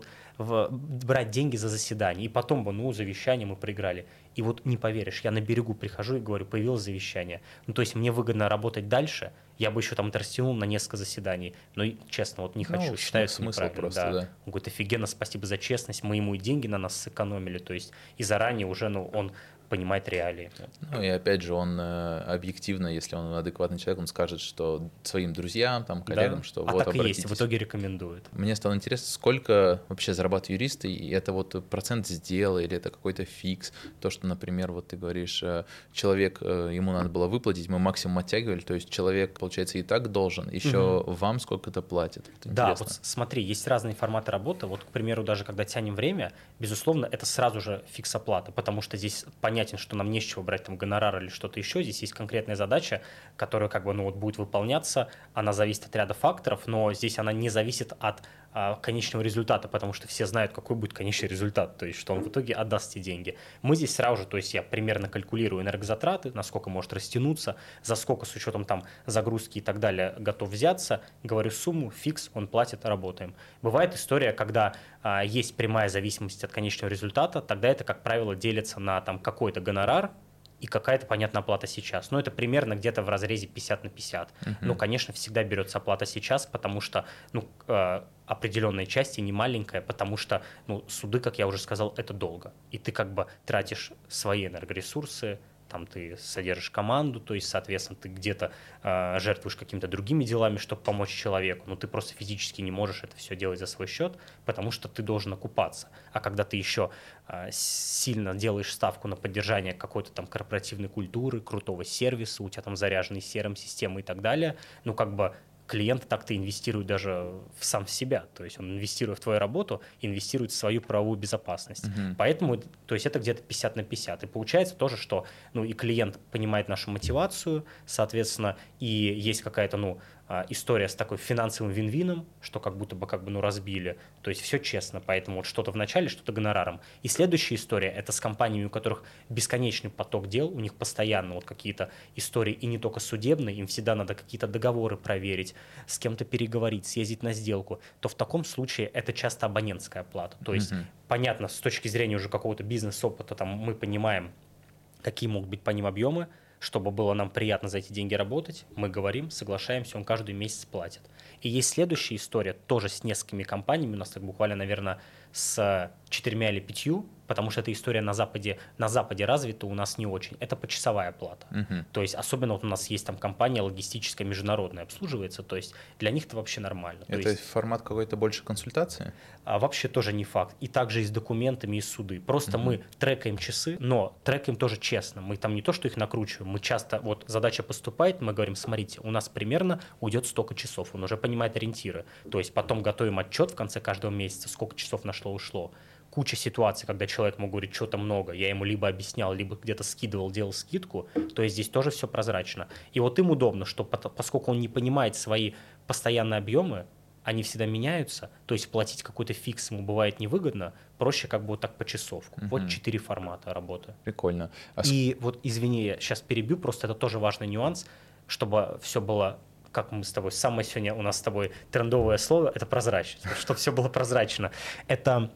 брать деньги за заседание, и потом бы, завещание мы проиграли. И не поверишь, я на берегу прихожу и говорю, появилось завещание. То есть мне выгодно работать дальше, я бы еще там это растянул на несколько заседаний, но честно, не хочу, считаю это неправильно. Просто, да. Он говорит, офигенно, спасибо за честность, мы ему и деньги на нас сэкономили, то есть и заранее уже, он понимает реалии. И опять же, он объективно, если он адекватный человек, он скажет, что своим друзьям, коллегам, что вот так обратитесь. И есть, в итоге рекомендует. Мне стало интересно, сколько вообще зарабатывают юристы, и это процент с дела, или это какой-то фикс, то, что, например, ты говоришь, человек, ему надо было выплатить, мы максимум оттягивали, то есть человек, получается, и так должен, еще вам сколько-то платят. Да, смотри, есть разные форматы работы, к примеру, даже когда тянем время, безусловно, это сразу же фикс оплаты, потому что здесь понятен, что нам не с чего брать гонорар или что-то еще. Здесь есть конкретная задача, которая будет выполняться. Она зависит от ряда факторов, но здесь она не зависит от конечного результата, потому что все знают, какой будет конечный результат, то есть что он в итоге отдаст эти деньги. Мы здесь сразу же, то есть я примерно калькулирую энергозатраты, насколько может растянуться, за сколько с учетом загрузки и так далее готов взяться, говорю сумму, фикс, он платит, работаем. Бывает история, когда есть прямая зависимость от конечного результата, тогда это, как правило, делится на какой-то гонорар и какая-то, понятная оплата сейчас. Но это примерно где-то в разрезе 50 на 50. Конечно, всегда берется оплата сейчас, потому что определенная часть и не маленькая, потому что суды, как я уже сказал, это долго. И ты тратишь свои энергоресурсы, ты содержишь команду, то есть, соответственно, ты где-то жертвуешь какими-то другими делами, чтобы помочь человеку, но ты просто физически не можешь это все делать за свой счет, потому что ты должен окупаться. А когда ты еще сильно делаешь ставку на поддержание какой-то корпоративной культуры, крутого сервиса, у тебя заряженные CRM-системы и так далее, клиент так-то инвестирует даже в сам себя, то есть он инвестирует в твою работу, инвестирует в свою правовую безопасность. Поэтому, то есть это где-то 50 на 50. И получается тоже, что и клиент понимает нашу мотивацию, соответственно, и есть какая-то история с такой финансовым вин-вином, что как будто бы разбили. То есть все честно, поэтому что-то в начале, что-то гонораром. И следующая история – это с компаниями, у которых бесконечный поток дел, у них постоянно какие-то истории, и не только судебные, им всегда надо какие-то договоры проверить, с кем-то переговорить, съездить на сделку, то в таком случае это часто абонентская плата. То есть понятно, с точки зрения уже какого-то бизнес-опыта мы понимаем, какие могут быть по ним объемы, чтобы было нам приятно за эти деньги работать, мы говорим, соглашаемся, он каждый месяц платит. И есть следующая история, тоже с несколькими компаниями, у нас так буквально, наверное, с 4 или 5, потому что эта история на Западе развита, у нас не очень. Это почасовая плата. То есть особенно вот у нас есть там компания логистическая, международная обслуживается, то есть для них это вообще нормально. Это формат какой-то больше консультации? Вообще тоже не факт. И также и с документами, и с суды. Просто мы трекаем часы, но трекаем тоже честно. Мы там не то, что их накручиваем, мы часто, вот задача поступает, мы говорим, смотрите, у нас примерно уйдет столько часов, он уже понимает ориентиры. То есть потом готовим отчет в конце каждого месяца, сколько часов ушло. Куча ситуаций, когда человек ему говорит, что-то много, я ему либо объяснял, либо где-то скидывал, делал скидку, то есть здесь тоже все прозрачно. И вот им удобно, что поскольку он не понимает свои постоянные объемы, они всегда меняются, то есть платить какой-то фикс ему бывает невыгодно, проще как бы вот так по часовку. Вот 4 формата работы. Прикольно. И вот, извини, я сейчас перебью, просто это тоже важный нюанс, чтобы все было, как мы с тобой, самое сегодня у нас с тобой трендовое слово, это прозрачность, чтобы все было прозрачно. Это,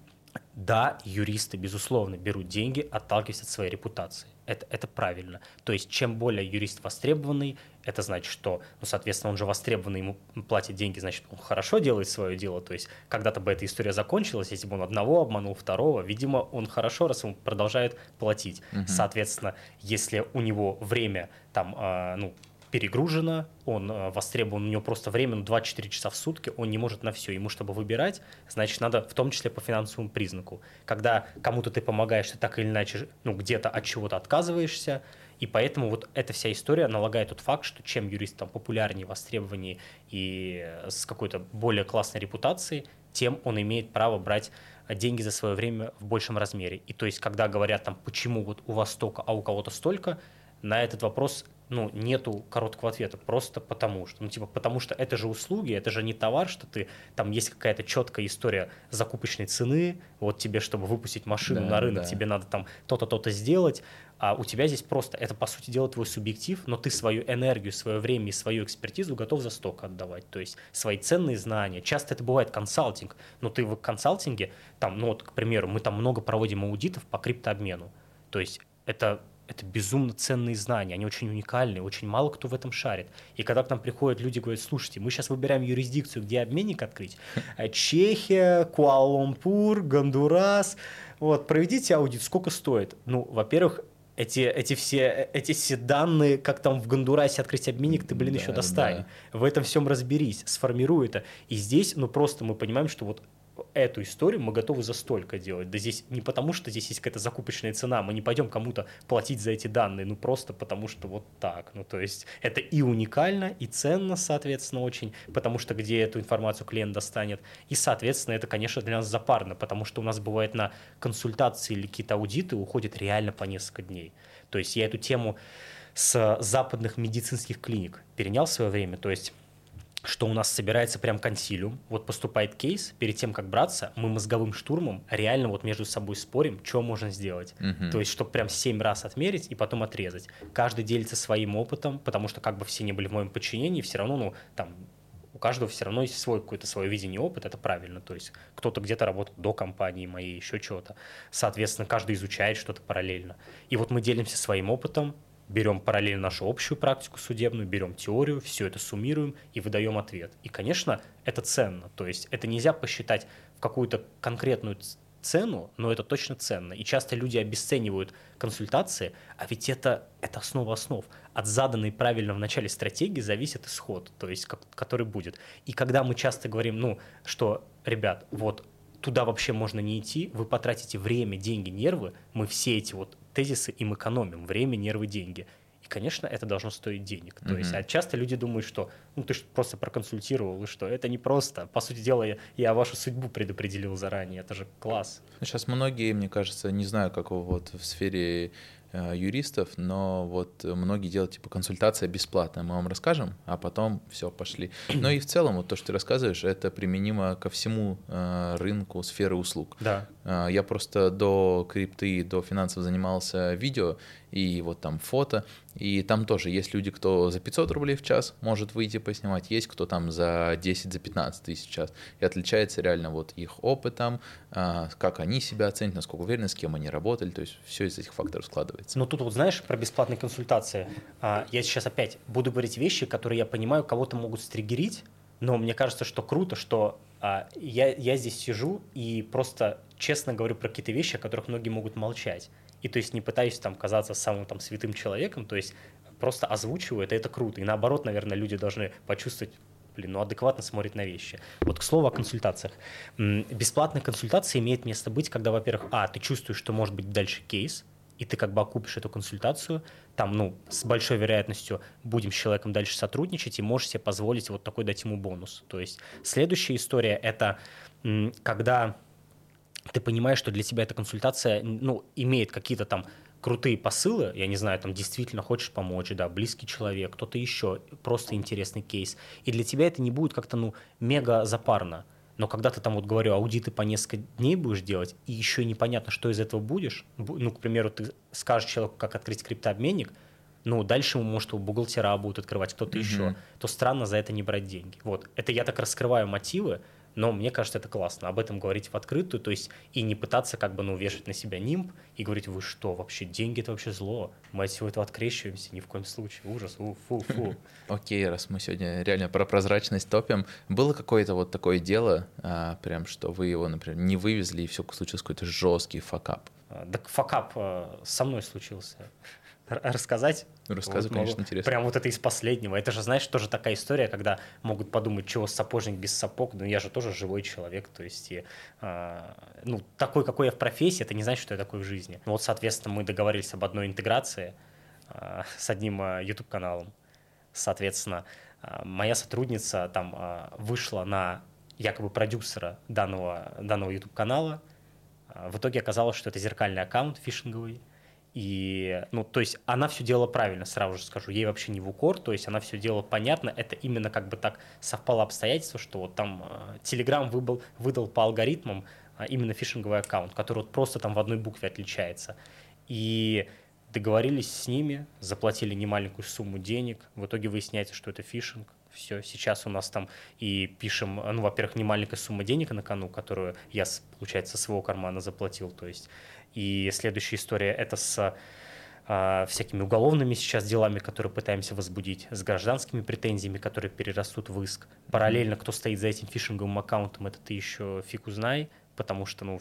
да, юристы, безусловно, берут деньги, отталкиваясь от своей репутации. Это правильно. То есть чем более юрист востребованный, это значит, что, ну, соответственно, он же востребованный, ему платит деньги, значит, он хорошо делает свое дело. То есть когда-то бы эта история закончилась, если бы он одного обманул, второго, видимо, он хорошо, раз он продолжает платить. Соответственно, если у него время там, перегружено, он востребован, у него просто время 24 часа в сутки, он не может на все. Ему, чтобы выбирать, значит, надо в том числе по финансовому признаку. Когда кому-то ты помогаешь, ты так или иначе, где-то от чего-то отказываешься, и поэтому вот эта вся история налагает тот факт, что чем юрист там популярнее, востребованнее и с какой-то более классной репутацией, тем он имеет право брать деньги за свое время в большем размере. И то есть, когда говорят там, почему вот у вас столько, а у кого-то столько, на этот вопрос нету короткого ответа, просто потому что. Потому что это же услуги, это же не товар, что ты, там есть какая-то четкая история закупочной цены, вот тебе, чтобы выпустить машину на рынок, тебе надо там то-то, то-то сделать, а у тебя здесь просто, это по сути дела твой субъектив, но ты свою энергию, свое время и свою экспертизу готов за столько отдавать, то есть свои ценные знания. Часто это бывает консалтинг, но ты в консалтинге, там, к примеру, мы там много проводим аудитов по криптообмену, то есть это безумно ценные знания, они очень уникальные, очень мало кто в этом шарит. И когда к нам приходят люди и говорят, слушайте, мы сейчас выбираем юрисдикцию, где обменник открыть, Чехия, Куала-Лумпур, Гондурас, проведите аудит, сколько стоит? Во-первых, эти все данные, как там в Гондурасе открыть обменник, ты, еще достань. В этом всем разберись, сформируй это. И здесь, просто мы понимаем, что вот эту историю мы готовы за столько делать. Да здесь не потому, что здесь есть какая-то закупочная цена, мы не пойдем кому-то платить за эти данные, просто потому что вот так. То есть это и уникально, и ценно, соответственно, очень, потому что где эту информацию клиент достанет, и, соответственно, это, конечно, для нас запарно, потому что у нас бывает на консультации или какие-то аудиты уходит реально по несколько дней. То есть я эту тему с западных медицинских клиник перенял в свое время, то есть что у нас собирается прям консилиум, поступает кейс, перед тем, как браться, мы мозговым штурмом реально между собой спорим, что можно сделать. То есть, чтобы прям 7 раз отмерить и потом отрезать. Каждый делится своим опытом, потому что как бы все не были в моем подчинении, все равно, у каждого все равно есть какое-то свое видение, опыт, это правильно. То есть кто-то где-то работал до компании моей, еще чего-то. Соответственно, каждый изучает что-то параллельно. И мы делимся своим опытом, берем параллельно нашу общую практику судебную, берем теорию, все это суммируем и выдаем ответ. И, конечно, это ценно. То есть это нельзя посчитать в какую-то конкретную цену, но это точно ценно. И часто люди обесценивают консультации, а ведь это основа основ. От заданной правильно в начале стратегии зависит исход, то есть который будет. И когда мы часто говорим, что, ребят, туда вообще можно не идти, вы потратите время, деньги, нервы, мы все эти тезисы им экономим, время, нервы, деньги. И, конечно, это должно стоить денег. То есть, часто люди думают, что ты ж просто проконсультировал, и что это не просто. По сути дела, я вашу судьбу предопределил заранее, это же класс. Сейчас многие, мне кажется, не знаю, как в сфере юристов, но многие делают консультация бесплатная. Мы вам расскажем, а потом все, пошли. Но и в целом то, что ты рассказываешь, это применимо ко всему рынку сферы услуг. Да. Я просто до крипты, до финансов занимался видео и вот там фото, и там тоже есть люди, кто за 500 рублей в час может выйти поснимать, есть кто там за 10, за 15 тысяч в час, и отличается реально вот их опытом, как они себя оценят, насколько уверены, с кем они работали, то есть все из этих факторов складывается. Но тут вот знаешь про бесплатные консультации, я сейчас опять буду говорить вещи, которые я понимаю, кого-то могут стригерить, но мне кажется, что круто, что я здесь сижу и просто честно говорю про какие-то вещи, о которых многие могут молчать. И то есть не пытаюсь там казаться самым там святым человеком, то есть просто озвучиваю это круто. И наоборот, наверное, люди должны почувствовать, адекватно смотрит на вещи. Вот к слову о консультациях. Бесплатная консультация имеет место быть, когда, во-первых, ты чувствуешь, что может быть дальше кейс, и ты как бы окупишь эту консультацию, там, с большой вероятностью будем с человеком дальше сотрудничать, и можешь себе позволить вот такой дать ему бонус. То есть следующая история – это когда ты понимаешь, что для тебя эта консультация, имеет какие-то там крутые посылы, я не знаю, там действительно хочешь помочь, да, близкий человек, кто-то еще, просто интересный кейс. И для тебя это не будет как-то, мега запарно. Но когда ты там, вот говорю, аудиты по несколько дней будешь делать, и еще непонятно, что из этого будешь, к примеру, ты скажешь человеку, как открыть криптообменник, дальше ему, может, бухгалтера будут открывать, кто-то еще, то странно за это не брать деньги. Вот, это я так раскрываю мотивы, но мне кажется, это классно, об этом говорить в открытую, то есть и не пытаться как бы, вешать на себя нимб и говорить, вы что, вообще, деньги – это вообще зло, мы от всего этого открещиваемся, ни в коем случае, ужас, фу. Окей, раз мы сегодня реально про прозрачность топим, было какое-то вот такое дело, прям, что вы его, например, не вывезли, и все случился какой-то жесткий факап? Так факап со мной случился. Рассказать? Рассказывай, конечно, интересно. Прям вот это из последнего. Это же, знаешь, тоже такая история, когда могут подумать, чего сапожник без сапог, но я же тоже живой человек, то есть, такой, какой я в профессии, это не значит, что я такой в жизни. Вот, соответственно, мы договорились об одной интеграции с одним YouTube-каналом. Соответственно, моя сотрудница там вышла на якобы продюсера данного YouTube-канала. В итоге оказалось, что это зеркальный аккаунт фишинговый. И, то есть она все делала правильно, сразу же скажу, ей вообще не в укор, то есть она все делала понятно, это именно как бы так совпало обстоятельство, что вот там Telegram выдал по алгоритмам именно фишинговый аккаунт, который вот просто там в одной букве отличается. И договорились с ними, заплатили немаленькую сумму денег, в итоге выясняется, что это фишинг. Все, сейчас у нас там и пишем, во-первых, немаленькая сумма денег на кону, которую я, получается, со своего кармана заплатил, то есть. И следующая история – это с всякими уголовными сейчас делами, которые пытаемся возбудить, с гражданскими претензиями, которые перерастут в иск. Параллельно, кто стоит за этим фишинговым аккаунтом, это ты еще фиг узнай, потому что,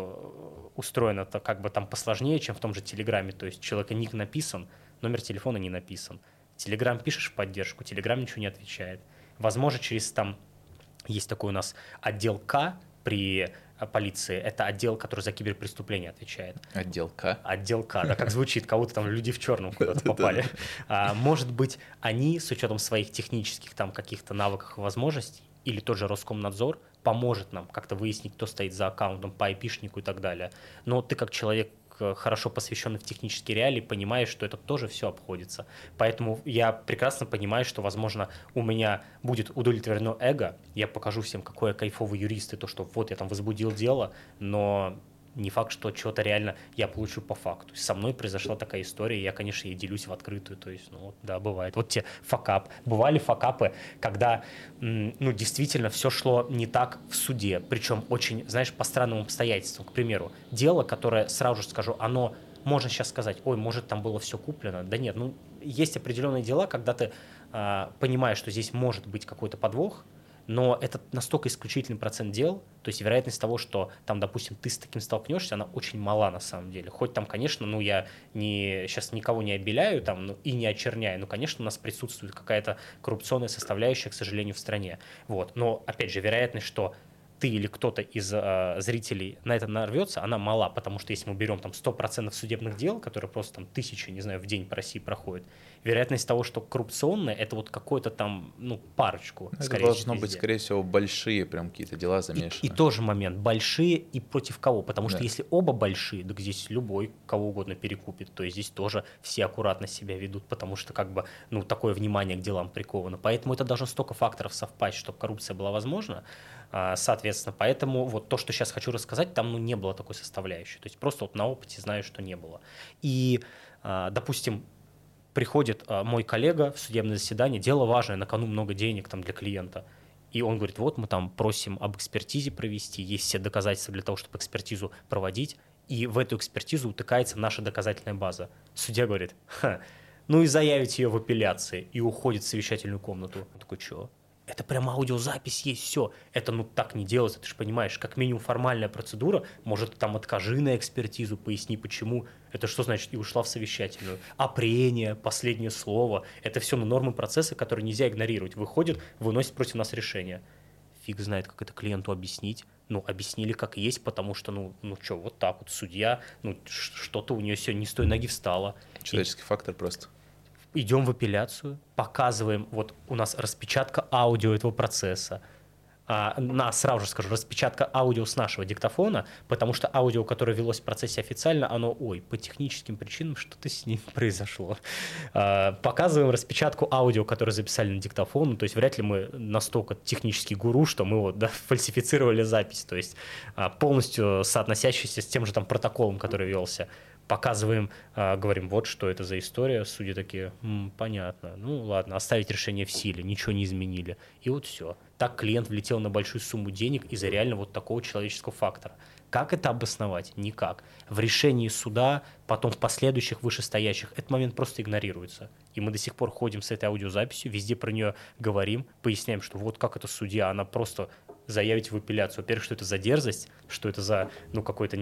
все устроено как бы там посложнее, чем в том же Телеграме. То есть человека ник написан, номер телефона не написан. Телеграм пишешь в поддержку, Телеграм ничего не отвечает. Возможно, через там есть такой у нас отдел К при полиции, это отдел, который за киберпреступления отвечает. Отдел К? Отдел К, да, как звучит, кого-то там люди в черном куда-то попали. Может быть, они с учетом своих технических там каких-то навыков и возможностей, или тот же Роскомнадзор поможет нам как-то выяснить, кто стоит за аккаунтом по IP-шнику и так далее. Но ты как человек, хорошо посвященный в технические реалии, понимаешь, что это тоже все обходится. Поэтому я прекрасно понимаю, что, возможно, у меня будет удовлетворено эго, я покажу всем, какой я кайфовый юрист, и то, что вот я там возбудил дело, но не факт, что что-то реально я получу по факту. Со мной произошла такая история, и я, конечно, ей делюсь в открытую, то есть, да, бывает. Вот те факап. Бывали факапы, когда, действительно все шло не так в суде, причем очень, знаешь, по странным обстоятельствам. К примеру, дело, которое, сразу же скажу, оно, можно сейчас сказать, ой, может, там было все куплено. Да нет, есть определенные дела, когда ты понимаешь, что здесь может быть какой-то подвох, но это настолько исключительный процент дел, то есть вероятность того, что там, допустим, ты с таким столкнешься, она очень мала на самом деле. Хоть там, конечно, я сейчас никого не обеляю там, и не очерняю, но, конечно, у нас присутствует какая-то коррупционная составляющая, к сожалению, в стране. Вот. Но, опять же, вероятность, что ты или кто-то из зрителей на это нарвется, она мала, потому что если мы берем там 100% судебных дел, которые просто там тысячи, не знаю, в день по России проходят, вероятность того, что коррупционное, это вот какой-то там, парочку. Это должно быть, скорее всего, большие прям какие-то дела замешаны. И тоже момент, большие и против кого, потому что если оба большие, так здесь любой кого угодно перекупит, то есть здесь тоже все аккуратно себя ведут, потому что как бы, такое внимание к делам приковано. Поэтому это должно столько факторов совпасть, чтобы коррупция была возможна. Соответственно, поэтому вот то, что сейчас хочу рассказать, там ну, не было такой составляющей. То есть просто вот на опыте знаю, что не было. И, допустим, приходит мой коллега в судебное заседание, дело важное, на кону много денег там, для клиента. И он говорит, вот мы там просим об экспертизе провести, есть все доказательства для того, чтобы экспертизу проводить, и в эту экспертизу утыкается наша доказательная база. Судья говорит, ну и заявите ее в апелляции, и уходит в совещательную комнату. Он такой, что? Это прям аудиозапись есть, все. Это ну так не делается, ты же понимаешь, как минимум формальная процедура, может там откажи на экспертизу, поясни почему. Это что значит? И ушла в совещательную. А прения, последнее слово, это все нормы процесса, которые нельзя игнорировать. Выходит, выносит против нас решение. Фиг знает, как это клиенту объяснить. Ну, объяснили как есть, потому что, ну что, вот так вот, судья, ну, что-то у нее сегодня не с той ноги встало. Человеческий фактор просто. Идем в апелляцию, показываем, вот у нас распечатка аудио этого процесса. Сразу же скажу, распечатка аудио с нашего диктофона, потому что аудио, которое велось в процессе официально, оно, по техническим причинам что-то с ним произошло. Показываем распечатку аудио, которое записали на диктофон, то есть вряд ли мы настолько технический гуру, что мы вот, да, фальсифицировали запись, то есть полностью соотносящийся с тем же там протоколом, который велся. Показываем, говорим, вот что это за история. Судьи такие, понятно, ну ладно, оставить решение в силе, ничего не изменили. И вот все. Так клиент влетел на большую сумму денег из-за реально вот такого человеческого фактора. Как это обосновать? Никак. В решении суда, потом в последующих вышестоящих, этот момент просто игнорируется. И мы до сих пор ходим с этой аудиозаписью, везде про нее говорим, поясняем, что вот как это судья, она просто заявить в апелляцию. Во-первых, что это за дерзость, что это за, какой-то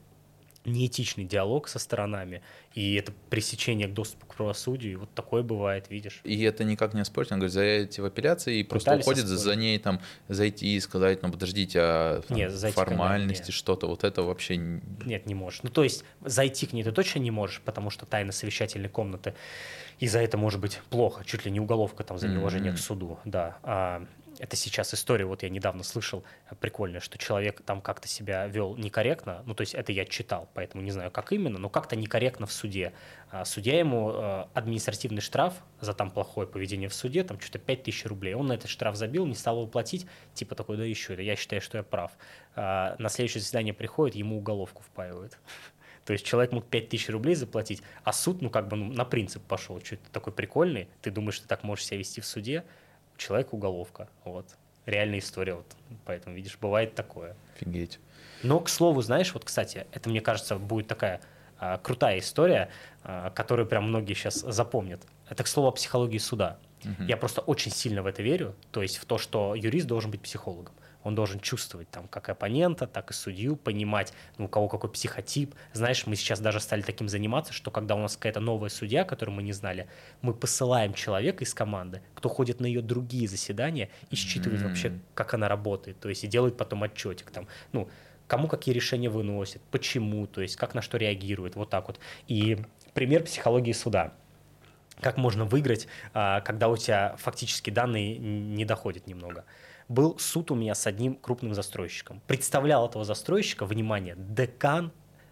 неэтичный диалог со сторонами, и это пресечение к доступу к правосудию, и вот такое бывает, видишь. И это никак не оспорить, он говорит, заедете в апелляции, и просто Пытались уходит оспорить. за ней, там, зайти и сказать, подождите, формальности, что-то, вот это вообще... Нет, не можешь. То есть зайти к ней ты точно не можешь, потому что тайна совещательной комнаты, и за это может быть плохо, чуть ли не уголовка там за неуважение к суду, да. Это сейчас история, вот я недавно слышал, прикольная, что человек там как-то себя вел некорректно, то есть это я читал, поэтому не знаю, как именно, но как-то некорректно в суде. Судья ему административный штраф за там плохое поведение в суде, там что-то 5000 рублей. Он на этот штраф забил, не стал его платить, типа такой, да еще это, я считаю, что я прав. На следующее заседание приходит, ему уголовку впаивают. То есть человек мог 5000 рублей заплатить, а суд, на принцип пошел, что это такой прикольный, ты думаешь, что так можешь себя вести в суде, человек уголовка, вот. Реальная история, вот. Поэтому, видишь, бывает такое. Офигеть. Но, к слову, знаешь, вот, кстати, это, мне кажется, будет такая крутая история, которую прям многие сейчас запомнят. Это, к слову, о психологии суда. Я просто очень сильно в это верю, то есть в то, что юрист должен быть психологом. Он должен чувствовать там как оппонента, так и судью, понимать, у кого какой психотип. Знаешь, мы сейчас даже стали таким заниматься, что когда у нас какая-то новая судья, которую мы не знали, мы посылаем человека из команды, кто ходит на ее другие заседания и считывает вообще, как она работает. То есть и делает потом отчетик там, кому какие решения выносит, почему, то есть как на что реагирует, вот так вот. И пример психологии суда. Как можно выиграть, когда у тебя фактически данные не доходят немного. Был суд у меня с одним крупным застройщиком. Представлял этого застройщика, внимание, декан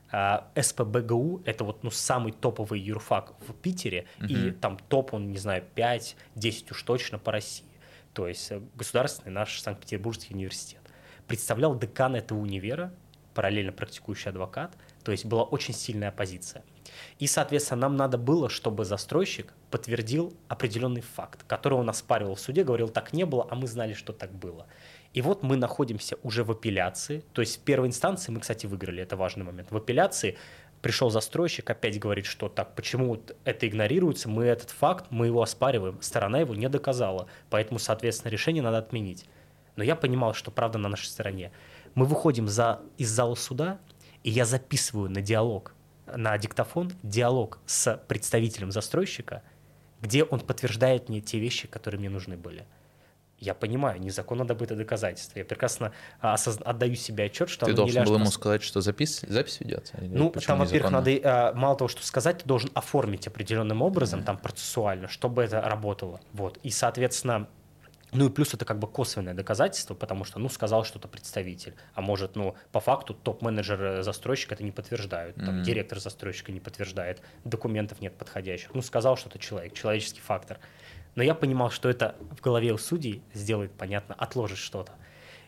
СПбГУ, это вот самый топовый юрфак в Питере, и там топ, он, не знаю, 5-10 уж точно по России. То есть государственный наш Санкт-Петербургский университет. Представлял декан этого универа, параллельно практикующий адвокат, то есть была очень сильная оппозиция. И, соответственно, нам надо было, чтобы застройщик подтвердил определенный факт, который он оспаривал в суде, говорил, так не было, а мы знали, что так было. И вот мы находимся уже в апелляции, то есть в первой инстанции мы, кстати, выиграли, это важный момент. В апелляции пришел застройщик, опять говорит, что так, почему вот это игнорируется, мы этот факт, мы его оспариваем, сторона его не доказала, поэтому, соответственно, решение надо отменить. Но я понимал, что правда на нашей стороне. Мы выходим из зала суда, и я записываю на диктофон диалог с представителем застройщика, где он подтверждает мне те вещи, которые мне нужны были. Я понимаю, незаконно добытое доказательство. Я прекрасно отдаю себе отчет, что ты оно не ляжет. Ты должен был ему сказать, что запись ведется? Там, во-первых, надо мало того, что сказать, ты должен оформить определенным образом, там, процессуально, чтобы это работало. Вот. И, соответственно, и плюс это как бы косвенное доказательство, потому что, сказал что-то представитель, а может, по факту топ-менеджер застройщика это не подтверждают, там, директор застройщика не подтверждает, документов нет подходящих. Сказал что-то человек, человеческий фактор. Но я понимал, что это в голове у судей сделает, понятно, отложит что-то.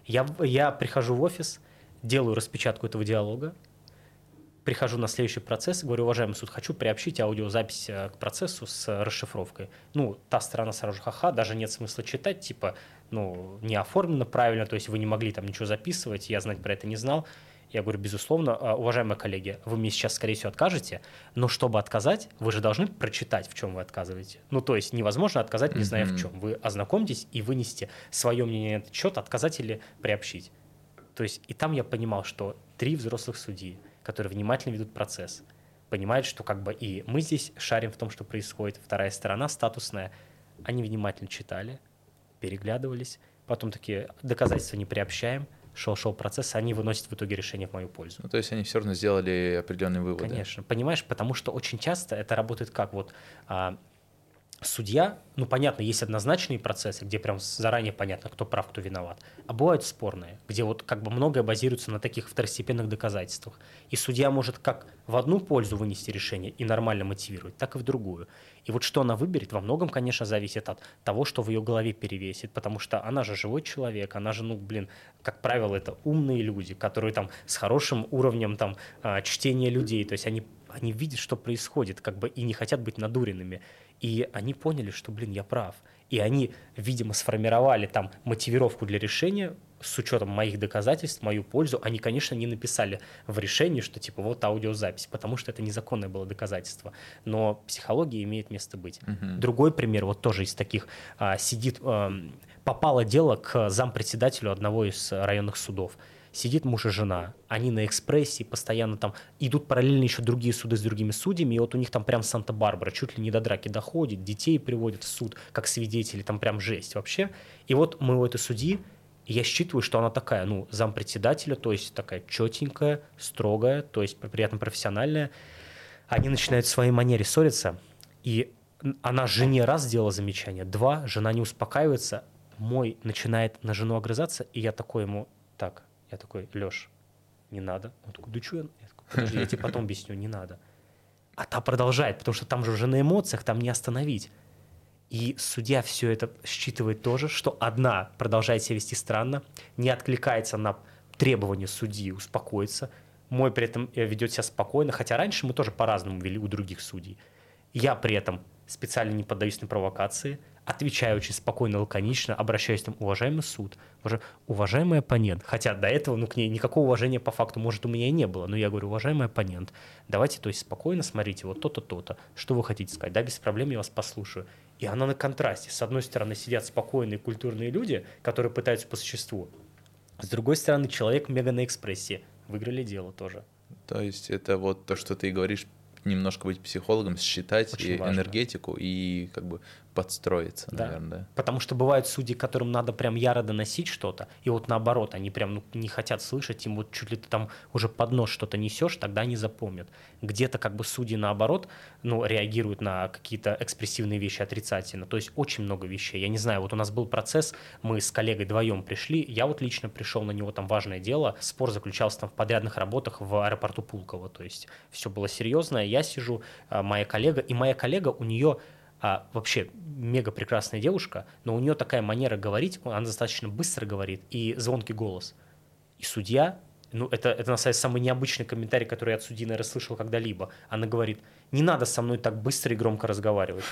Я прихожу в офис, делаю распечатку этого диалога, прихожу на следующий процесс, говорю: уважаемый суд, хочу приобщить аудиозапись к процессу с расшифровкой. Ну, та сторона сразу же: ха-ха, даже нет смысла читать, типа, ну, не оформлено правильно, то есть вы не могли там ничего записывать, я знать про это не знал. Я говорю: безусловно, уважаемые коллеги, вы мне сейчас, скорее всего, откажете, но чтобы отказать, вы же должны прочитать, в чем вы отказываете. Ну, то есть невозможно отказать, не зная в чем. Вы ознакомьтесь и вынесите свое мнение на этот счет, отказать или приобщить. То есть и там я понимал, что 3 взрослых судьи, которые внимательно ведут процесс, понимают, что как бы и мы здесь шарим в том, что происходит, вторая сторона статусная, они внимательно читали, переглядывались, потом такие: доказательства не приобщаем, шел процесс, они выносят в итоге решение в мою пользу. Ну, то есть они все равно сделали определенные выводы. Конечно, понимаешь, потому что очень часто это работает как вот судья, ну, понятно, есть однозначные процессы, где прям заранее понятно, кто прав, кто виноват, а бывают спорные, где вот как бы многое базируется на таких второстепенных доказательствах. И судья может как в одну пользу вынести решение и нормально мотивировать, так и в другую. И вот что она выберет, во многом, конечно, зависит от того, что в ее голове перевесит, потому что она же живой человек, она же, ну, блин, как правило, это умные люди, которые там с хорошим уровнем там чтения людей, то есть они видят, что происходит, как бы, и не хотят быть надуренными. И они поняли, что, блин, я прав. И они, видимо, сформировали там мотивировку для решения с учетом моих доказательств, в мою пользу. Они, конечно, не написали в решении, что типа вот аудиозапись, потому что это незаконное было доказательство. Но психология имеет место быть. Другой пример, вот тоже из таких, попало дело к зампредседателю одного из районных судов. Сидит муж и жена, они на экспрессе, постоянно там идут параллельно еще другие суды с другими судьями, и вот у них там прям Санта-Барбара, чуть ли не до драки доходит, детей приводят в суд как свидетели, там прям жесть вообще. И вот мы у этой судьи, и я считываю, что она такая, ну, зампредседателя, то есть такая четенькая, строгая, то есть при этом профессиональная. Они начинают в своей манере ссориться, и она жене раз сделала замечание, 2, жена не успокаивается, мой начинает на жену огрызаться, и я такой ему: так. Я такой: Лёш, не надо. Он такой: да что я? Я такой: подожди, я тебе потом объясню, не надо. А та продолжает, потому что там же уже на эмоциях, там не остановить. И судья все это считывает тоже, что одна продолжает себя вести странно, не откликается на требования судьи успокоиться, мой при этом ведет себя спокойно, хотя раньше мы тоже по-разному вели у других судей. Я при этом специально не поддаюсь на провокации, отвечаю очень спокойно, лаконично, обращаюсь там: уважаемый суд, уважаемый оппонент. Хотя до этого, ну, к ней никакого уважения по факту, может, у меня и не было. Но я говорю: уважаемый оппонент, давайте, то есть, спокойно, смотрите, вот то-то, то-то. Что вы хотите сказать? Да, без проблем, я вас послушаю. И она на контрасте. С одной стороны сидят спокойные культурные люди, которые пытаются по существу. С другой стороны, человек мега на экспрессии. Выиграли дело тоже. То есть это вот то, что ты говоришь, немножко быть психологом, считать и энергетику и как бы подстроиться, да. Наверное, да. Потому что бывают судьи, которым надо прям яро доносить что-то, и вот наоборот, они прям не хотят слышать, им вот чуть ли ты там уже под нос что-то несешь, тогда они запомнят. Где-то как бы судьи наоборот, ну, реагируют на какие-то экспрессивные вещи отрицательно, то есть очень много вещей. Я не знаю, вот у нас был процесс, мы с коллегой вдвоем пришли, я вот лично пришел на него, там важное дело, спор заключался там в подрядных работах в аэропорту Пулково, то есть все было серьезно, я сижу, моя коллега, у нее вообще мега прекрасная девушка, но у нее такая манера говорить, она достаточно быстро говорит и звонкий голос. И судья, ну это на самом деле самый необычный комментарий, который я от судьи, наверное, слышал когда-либо. Она говорит: не надо со мной так быстро и громко разговаривать.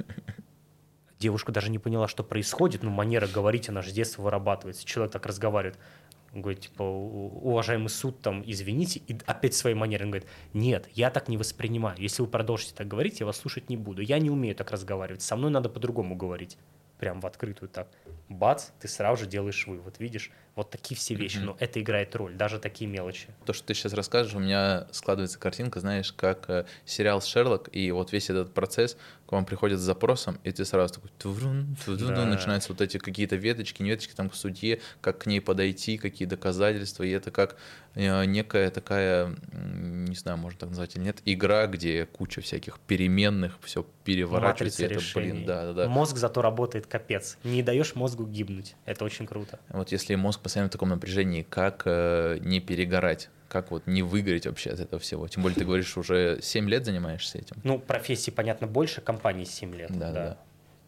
Девушка даже не поняла, что происходит, но манера говорить, она же с детства вырабатывается. Человек так разговаривает. Он говорит, типа: уважаемый суд, там, извините, и опять в своей манере. Он говорит: нет, я так не воспринимаю. Если вы продолжите так говорить, я вас слушать не буду. Я не умею так разговаривать. Со мной надо по-другому говорить. Прям в открытую так. Бац, ты сразу же делаешь вывод. Видишь, вот такие все вещи. Но это играет роль, даже такие мелочи. То, что ты сейчас расскажешь, у меня складывается картинка, знаешь, как сериал «Шерлок», и вот весь этот процесс, к вам приходит с запросом, и ты сразу такой да. Начинаются вот эти какие-то веточки, не веточки, там к судье, как к ней подойти, какие доказательства, и это как некая такая, не знаю, можно так назвать или нет, игра, где куча всяких переменных, все переворачивается. Это, блин, да. Мозг зато работает капец. Не даешь мозгу гибнуть. Это очень круто. Вот если мозг постоянно в таком напряжении, как не перегорать? Как вот не выгореть вообще от этого всего? Тем более, ты говоришь, уже 7 лет занимаешься этим. Ну, профессии, понятно, больше, компании 7 лет. Да.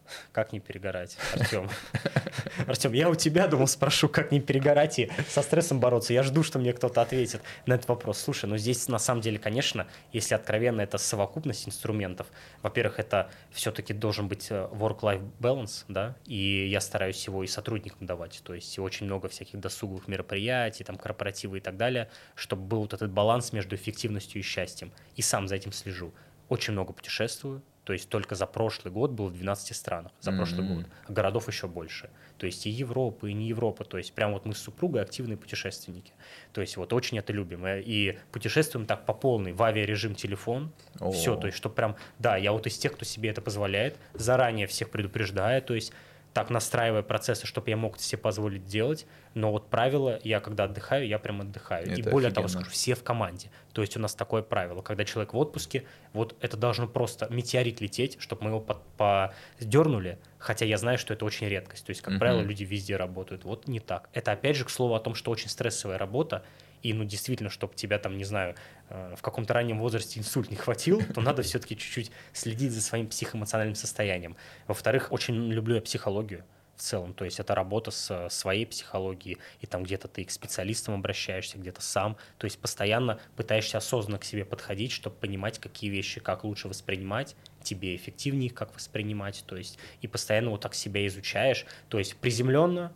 Как не перегорать, Артем? Артем, я у тебя думал, спрошу, как не перегорать и со стрессом бороться. Я жду, что мне кто-то ответит на этот вопрос. Слушай, ну здесь на самом деле, конечно, если откровенно, это совокупность инструментов. Во-первых, это все-таки должен быть work-life balance, да, и я стараюсь его и сотрудникам давать. То есть очень много всяких досуговых мероприятий, там, корпоративы и так далее, чтобы был вот этот баланс между эффективностью и счастьем. И сам за этим слежу. Очень много путешествую. То есть только за прошлый год был в 12 странах, за прошлый год, а городов еще больше. То есть и Европа, и не Европа. То есть прям вот мы с супругой активные путешественники. То есть вот очень это любим. И путешествуем так по полной, в авиарежим телефон, все. То есть что прям, да, я вот из тех, кто себе это позволяет, заранее всех предупреждаю, то есть так настраивая процессы, чтобы я мог это себе позволить делать. Но вот правило, я когда отдыхаю, я прям отдыхаю. Это и более офигенно. того, скажу, все в команде. То есть у нас такое правило, когда человек в отпуске, вот это должно просто метеорит лететь, чтобы мы его поддернули, хотя я знаю, что это очень редкость. То есть, как правило, люди везде работают. Вот не так. Это опять же к слову о том, что очень стрессовая работа, и, ну, действительно, чтобы тебя там, не знаю, в каком-то раннем возрасте инсульт не хватил, то надо все-таки чуть-чуть следить за своим психоэмоциональным состоянием. Во-вторых, очень люблю я психологию в целом, то есть это работа с своей психологией, и там где-то ты к специалистам обращаешься, где-то сам, то есть постоянно пытаешься осознанно к себе подходить, чтобы понимать, какие вещи как лучше воспринимать, тебе эффективнее их как воспринимать, то есть и постоянно вот так себя изучаешь, то есть приземленно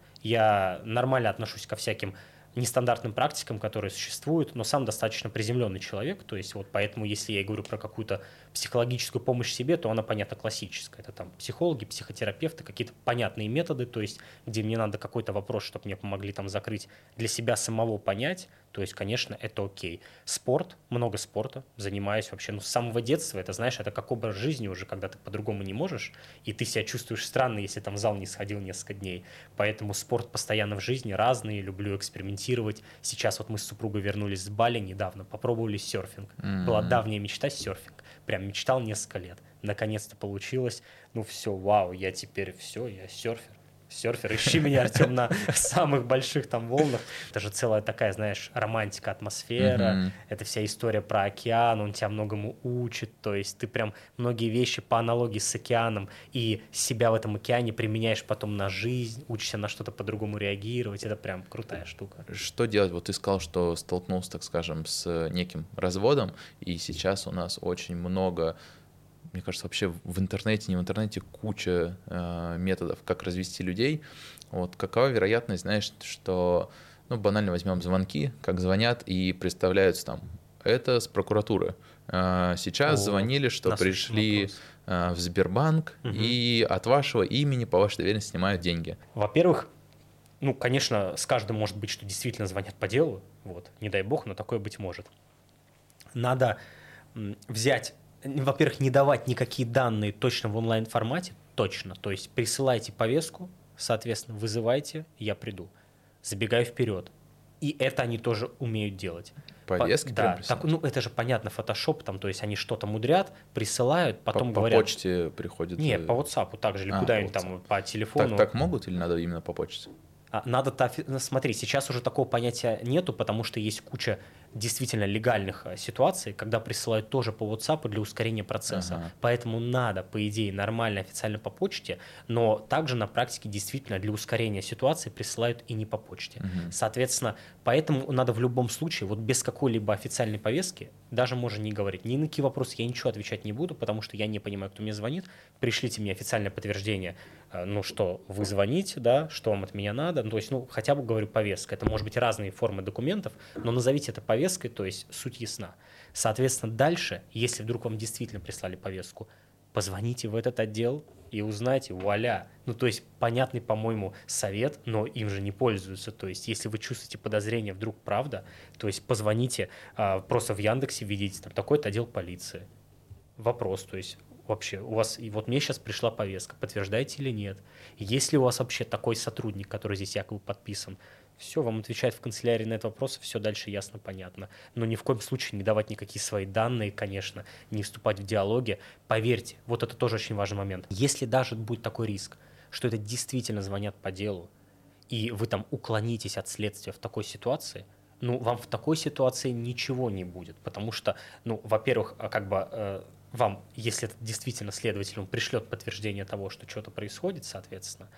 я нормально отношусь ко всяким нестандартным практикам, которые существуют, но сам достаточно приземленный человек, то есть вот поэтому, если я говорю про какую-то психологическую помощь себе, то она, понятно, классическая. Это там психологи, психотерапевты, какие-то понятные методы, то есть где мне надо какой-то вопрос, чтобы мне помогли там закрыть, для себя самого понять, то есть, конечно, это окей. Спорт, много спорта, занимаюсь вообще, ну, с самого детства, это, знаешь, это как образ жизни уже, когда ты по-другому не можешь, и ты себя чувствуешь странно, если там в зал не сходил несколько дней. Поэтому спорт постоянно в жизни, разный, люблю экспериментировать. Сейчас вот мы с супругой вернулись с Бали недавно, попробовали серфинг. Была давняя мечта серфинг. Прям мечтал несколько лет. Наконец-то получилось. Ну все, вау, я теперь все, я серфер. Серфер, ищи меня, Артем, на самых больших там волнах. Это же целая такая, знаешь, романтика, атмосфера. Это вся история про океан, он тебя многому учит. То есть ты прям многие вещи по аналогии с океаном и себя в этом океане применяешь потом на жизнь, учишься на что-то по-другому реагировать. Это прям крутая штука. Что делать? Вот ты сказал, что столкнулся, так скажем, с неким разводом, и сейчас у нас очень много, мне кажется, вообще в интернете, не в интернете, куча методов, как развести людей. Вот какова вероятность, знаешь, что, ну, банально возьмем звонки, как звонят и представляются там, это с прокуратуры. Сейчас звонили, что пришли в Сбербанк и от вашего имени по вашей доверенности снимают деньги. Во-первых, ну, конечно, с каждым может быть, что действительно звонят по делу, вот, не дай бог, но такое быть может. Надо взять, во-первых, не давать никакие данные точно в онлайн-формате, точно, то есть присылайте повестку, соответственно, вызывайте, я приду, забегаю вперед. И это они тоже умеют делать. Повестки да, так, ну это же понятно, фотошоп, там, то есть они что-то мудрят, присылают, потом говорят... По почте приходит? Нет, по WhatsApp также, или куда-нибудь там, по телефону. Так могут или надо именно по почте? Надо, смотри, сейчас уже такого понятия нету, потому что есть куча действительно легальных ситуаций, когда присылают тоже по WhatsApp для ускорения процесса. Поэтому надо, по идее, нормально, официально по почте, но также на практике действительно для ускорения ситуации присылают и не по почте. Соответственно, поэтому надо в любом случае, вот без какой-либо официальной повестки, даже можно не говорить, ни на какие вопросы я ничего отвечать не буду, потому что я не понимаю, кто мне звонит, пришлите мне официальное подтверждение, ну что вы звоните, да, что вам от меня надо, ну, то есть, ну, хотя бы, говорю, повестка, это может быть разные формы документов, но назовите это повесткой, то есть суть ясна. Соответственно, дальше, если вдруг вам действительно прислали повестку, позвоните в этот отдел и узнайте, вуаля. Ну, то есть, понятный, по-моему, совет, но им же не пользуются. То есть, если вы чувствуете подозрение, вдруг правда, то есть, позвоните, просто в Яндексе введите, там, такой-то отдел полиции. Вопрос, то есть, вообще, у вас, и вот мне сейчас пришла повестка, подтверждаете или нет? Есть ли у вас вообще такой сотрудник, который здесь якобы подписан? Все, вам отвечают в канцелярии на этот вопрос, все дальше ясно, понятно. Но ни в коем случае не давать никакие свои данные, конечно, не вступать в диалоги. Поверьте, вот это тоже очень важный момент. Если даже будет такой риск, что это действительно звонят по делу, и вы там уклонитесь от следствия в такой ситуации, ну, вам в такой ситуации ничего не будет, потому что, ну, во-первых, как бы вам, если это действительно следователь, он пришлет подтверждение того, что что-то происходит, соответственно,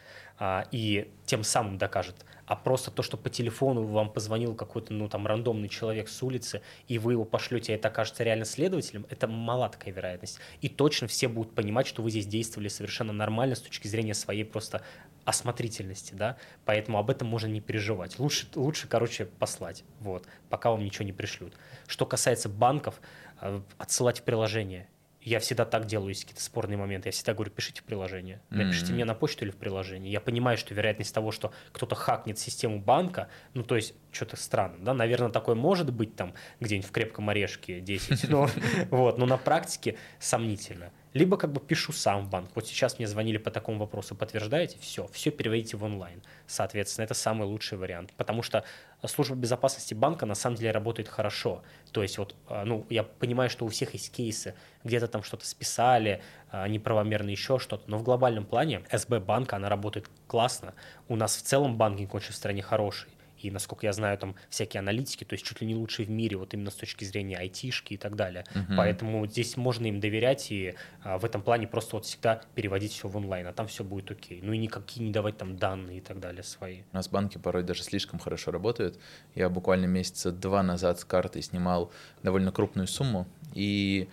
и тем самым докажет. А просто то, что по телефону вам позвонил какой-то, ну, там, рандомный человек с улицы, и вы его пошлете, и это окажется реально следователем, это мала такая вероятность. И точно все будут понимать, что вы здесь действовали совершенно нормально с точки зрения своей просто осмотрительности, да, поэтому об этом можно не переживать. Лучше, короче, послать, вот, пока вам ничего не пришлют. Что касается банков, отсылать в приложение. Я всегда так делаю, если какие-то спорные моменты. Я всегда говорю, пишите в приложение. Напишите мне на почту или в приложение. Я понимаю, что вероятность того, что кто-то хакнет систему банка, ну, то есть, что-то странно, да, наверное, такое может быть там где-нибудь в крепком орешке 10, но на практике сомнительно. Либо как бы пишу сам в банк. Вот сейчас мне звонили по такому вопросу, подтверждаете, все переводите в онлайн. Соответственно, это самый лучший вариант, потому что служба безопасности банка на самом деле работает хорошо. То есть вот, ну, я понимаю, что у всех есть кейсы, где-то там что-то списали, неправомерно еще что-то, но в глобальном плане СБ банка, она работает классно. У нас в целом банкинг очень в стране хороший. И, насколько я знаю, там всякие аналитики, то есть чуть ли не лучшие в мире, вот именно с точки зрения айтишки и так далее. Поэтому здесь можно им доверять и в этом плане просто вот всегда переводить все в онлайн, а там все будет окей. Ну и никакие не давать там данные и так далее свои. У нас банки порой даже слишком хорошо работают. Я буквально месяца 2 назад с карты снимал довольно крупную сумму и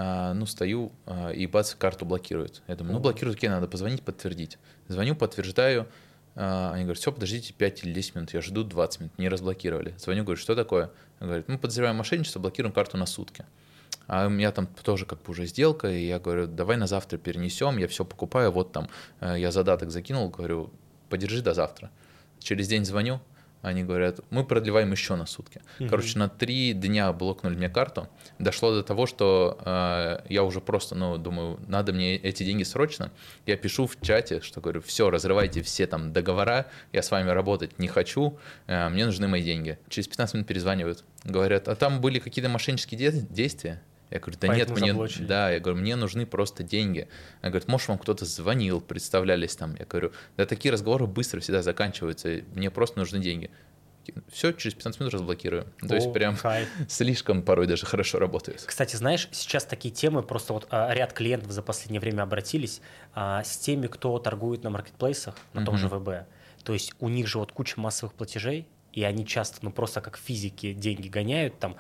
стою, и бац, карту блокируют. Я думаю, блокируют, окей, надо позвонить, подтвердить. Звоню, подтверждаю. Они говорят, все, подождите 5 или 10 минут, я жду 20 минут, не разблокировали. Звоню, говорю, что такое? Говорят, мы подозреваем мошенничество, блокируем карту на сутки. А у меня там тоже как бы уже сделка, и я говорю, давай на завтра перенесем, я все покупаю, вот там я задаток закинул, говорю, подержи до завтра. Через день звоню, они говорят, мы продлеваем еще на сутки. Короче, на 3 дня блокнули мне карту. Дошло до того, что я уже просто, думаю, надо мне эти деньги срочно. Я пишу в чате, что говорю, все, разрывайте все там договора, я с вами работать не хочу, мне нужны мои деньги. Через 15 минут перезванивают, говорят, а там были какие-то мошеннические действия? Я говорю, да Поэтому нет, я говорю, мне нужны просто деньги. Она говорит, может, вам кто-то звонил, представлялись там. Я говорю, да такие разговоры быстро всегда заканчиваются, мне просто нужны деньги. Все, через 15 минут разблокирую. То есть прям слишком порой даже хорошо работает. Кстати, знаешь, сейчас такие темы, просто вот ряд клиентов за последнее время обратились с теми, кто торгует на маркетплейсах, на том же ВБ. То есть у них же вот куча массовых платежей, и они часто, просто как физики деньги гоняют там,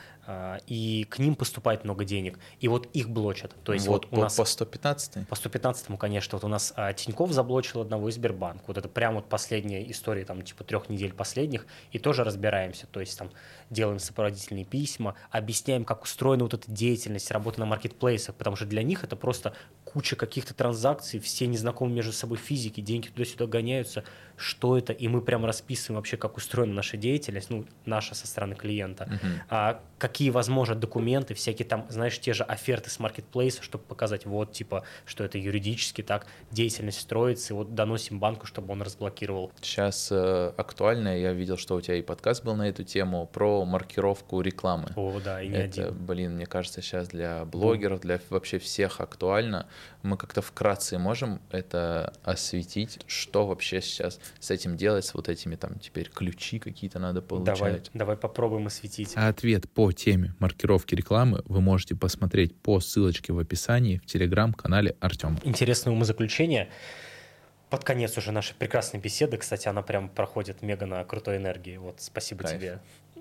и к ним поступает много денег, и вот их блочат. То есть вот у нас по 115? По 115-му, конечно, вот у нас Тинькофф заблочил одного, и Сбербанк. Вот это прям вот последняя история, там, типа 3 недель последних, и тоже разбираемся, то есть там делаем сопроводительные письма, объясняем, как устроена вот эта деятельность, работа на маркетплейсах, потому что для них это просто куча каких-то транзакций, все незнакомые между собой физики, деньги туда-сюда гоняются, что это, и мы прям расписываем вообще, как устроена наша деятельность, наша со стороны клиента, какие возможны документы, всякие там, знаешь, те же оферты с маркетплейса, чтобы показать, вот, типа, что это юридически так деятельность строится, и вот доносим банку, чтобы он разблокировал. Сейчас актуально, я видел, что у тебя и подкаст был на эту тему, про маркировку рекламы. О, да, и не это, один. Мне кажется, сейчас для блогеров, для вообще всех актуально. Мы как-то вкратце можем это осветить, что вообще сейчас с этим делать, с вот этими там теперь ключи какие-то надо получать. Давай попробуем осветить. А ответ по теме маркировки рекламы вы можете посмотреть по ссылочке в описании в телеграм-канале Артема. Интересное умозаключение. Под конец уже нашей прекрасной беседы, кстати, она прям проходит мега на крутой энергии. Вот, спасибо тебе.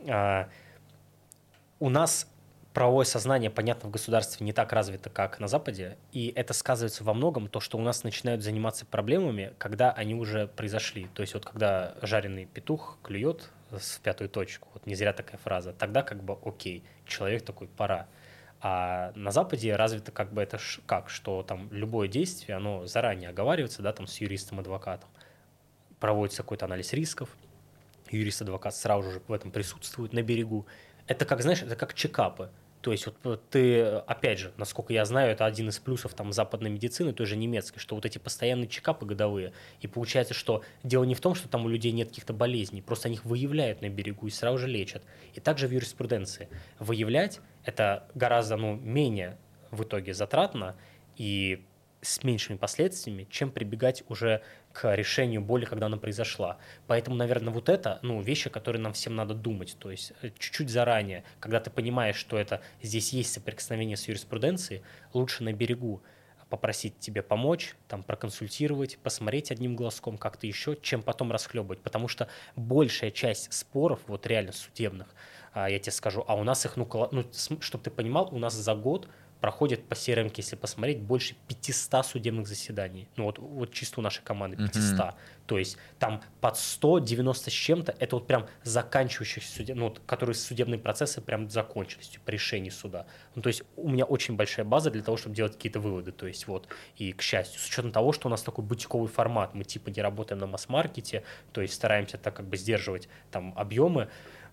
У нас правовое сознание, понятно, в государстве не так развито, как на Западе, и это сказывается во многом, то, что у нас начинают заниматься проблемами, когда они уже произошли. То есть вот когда жареный петух клюет в 5-ю точку, вот не зря такая фраза, тогда как бы окей, человек такой, пора. А на Западе развито как бы это что там любое действие, оно заранее оговаривается, да, там с юристом-адвокатом, проводится какой-то анализ рисков, юрист-адвокат сразу же в этом присутствует на берегу. Это как, знаешь, это как чекапы. То есть вот ты, опять же, насколько я знаю, это один из плюсов там западной медицины, той же немецкой, что вот эти постоянные чекапы годовые. И получается, что дело не в том, что там у людей нет каких-то болезней, просто они их выявляют на берегу и сразу же лечат. И также в юриспруденции. Выявлять это гораздо менее в итоге затратно и с меньшими последствиями, чем прибегать уже к решению боли, когда она произошла. Поэтому, наверное, вот это, вещи, которые нам всем надо думать. То есть чуть-чуть заранее, когда ты понимаешь, что здесь есть соприкосновение с юриспруденцией, лучше на берегу попросить тебе помочь, там, проконсультировать, посмотреть одним глазком как-то еще, чем потом расхлебывать. Потому что большая часть споров, вот реально судебных, я тебе скажу, а у нас их, чтобы ты понимал, у нас за год проходит по CRM, если посмотреть, больше 500 судебных заседаний. Вот чисто у нашей команды 500. То есть там под 190 с чем-то, это вот прям заканчивающиеся которые судебные процессы прям закончились по решению суда. То есть у меня очень большая база для того, чтобы делать какие-то выводы. То есть и к счастью, с учетом того, что у нас такой бутиковый формат, мы типа не работаем на масс-маркете, то есть стараемся так как бы сдерживать там объемы,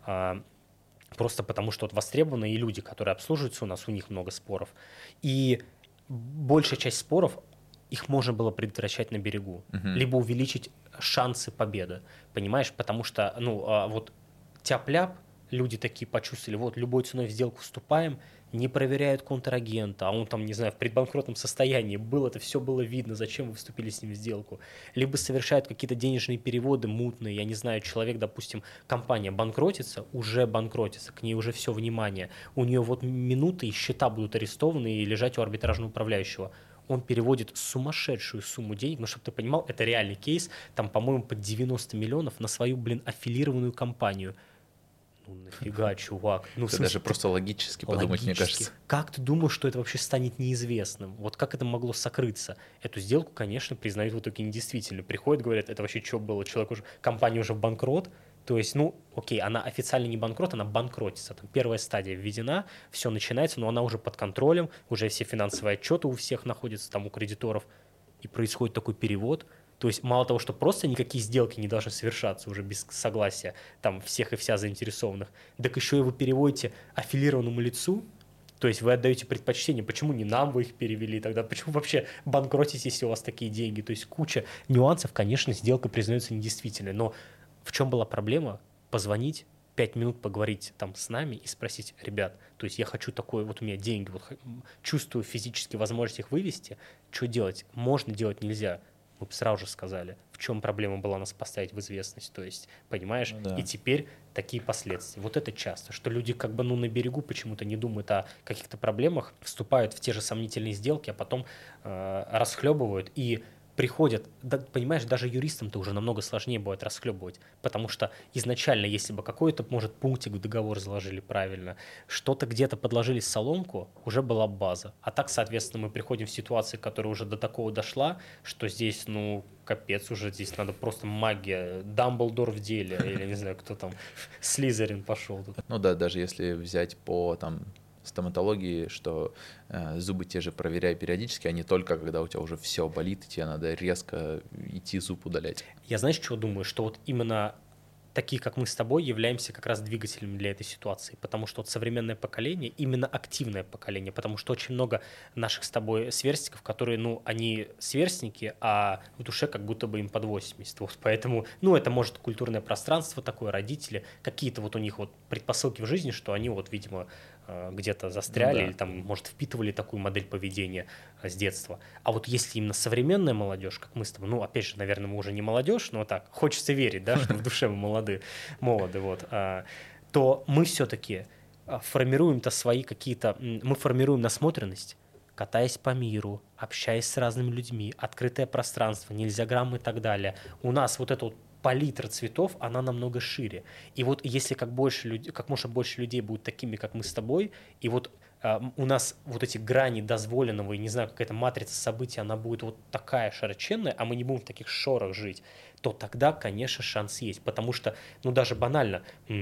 просто потому что востребованные люди, которые обслуживаются у нас, у них много споров. И большая часть споров, их можно было предотвращать на берегу, либо увеличить шансы победы, понимаешь? Потому что, вот тяп-ляп, люди такие почувствовали, любой ценой в сделку вступаем, не проверяют контрагента, а он там, не знаю, в предбанкротном состоянии был, это все было видно, зачем вы вступили с ним в сделку. Либо совершают какие-то денежные переводы мутные, я не знаю, человек, допустим, компания банкротится, уже банкротится, к ней уже все внимание, у нее минуты и счета будут арестованы и лежать у арбитражного управляющего. Он переводит сумасшедшую сумму денег, чтобы ты понимал, это реальный кейс, там, по-моему, под 90 миллионов на свою, аффилированную компанию. Нафига, чувак? Это даже просто логически подумать, мне кажется. Как ты думаешь, что это вообще станет неизвестным? Вот как это могло сокрыться? Эту сделку, конечно, признают в итоге недействительной. Приходят, говорят, это вообще что было? Компания уже в банкрот. То есть, окей, она официально не банкрот, она банкротится. Там первая стадия введена, все начинается, но она уже под контролем, уже все финансовые отчеты у всех находятся, там у кредиторов, и происходит такой перевод. То есть мало того, что просто никакие сделки не должны совершаться уже без согласия там всех и вся заинтересованных, так еще и вы переводите аффилированному лицу, то есть вы отдаете предпочтение, почему не нам вы их перевели тогда, почему вообще банкротитесь, если у вас такие деньги, то есть куча нюансов, конечно, сделка признается недействительной, но в чем была проблема? Позвонить, 5 минут поговорить там с нами и спросить, ребят, то есть я хочу такое, у меня деньги, чувствую физически возможность их вывести, что делать? Можно делать, нельзя? Мы бы сразу же сказали, в чем проблема была нас поставить в известность, то есть, понимаешь, да. И теперь такие последствия. Вот это часто, что люди как бы на берегу почему-то не думают о каких-то проблемах, вступают в те же сомнительные сделки, а потом расхлебывают и приходят, понимаешь, даже юристам-то уже намного сложнее будет расхлебывать, потому что изначально, если бы какой-то, может, пунктик в договор заложили правильно, что-то где-то подложили соломку, уже была база. А так, соответственно, мы приходим в ситуацию, которая уже до такого дошла, что здесь, капец уже, здесь надо просто магия, Дамблдор в деле, или не знаю, кто там, Слизерин пошел тут. Да, даже если взять по стоматологии, что зубы те же проверяй периодически, а не только когда у тебя уже все болит, и тебе надо резко идти зуб удалять. Я, знаешь, чего думаю? Что именно такие, как мы с тобой, являемся как раз двигателем для этой ситуации, потому что современное поколение, именно активное поколение, потому что очень много наших с тобой сверстников, которые, они сверстники, а в душе как будто бы им под 80, поэтому, это может культурное пространство такое, родители, какие-то у них предпосылки в жизни, что они видимо, где-то застряли или там, может, впитывали такую модель поведения с детства. А если именно современная молодежь, как мы с тобой, опять же, наверное, мы уже не молодежь, но так, хочется верить, да, что в душе мы молоды, то мы все-таки формируем-то свои какие-то, мы формируем насмотренность, катаясь по миру, общаясь с разными людьми, открытое пространство, нельзя грамм и так далее. У нас эта палитра цветов, она намного шире. И если как можно больше людей будут такими, как мы с тобой, и у нас эти грани дозволенного, и не знаю, какая-то матрица событий, она будет такая широченная, а мы не будем в таких шорах жить, то тогда, конечно, шанс есть. Потому что, даже банально,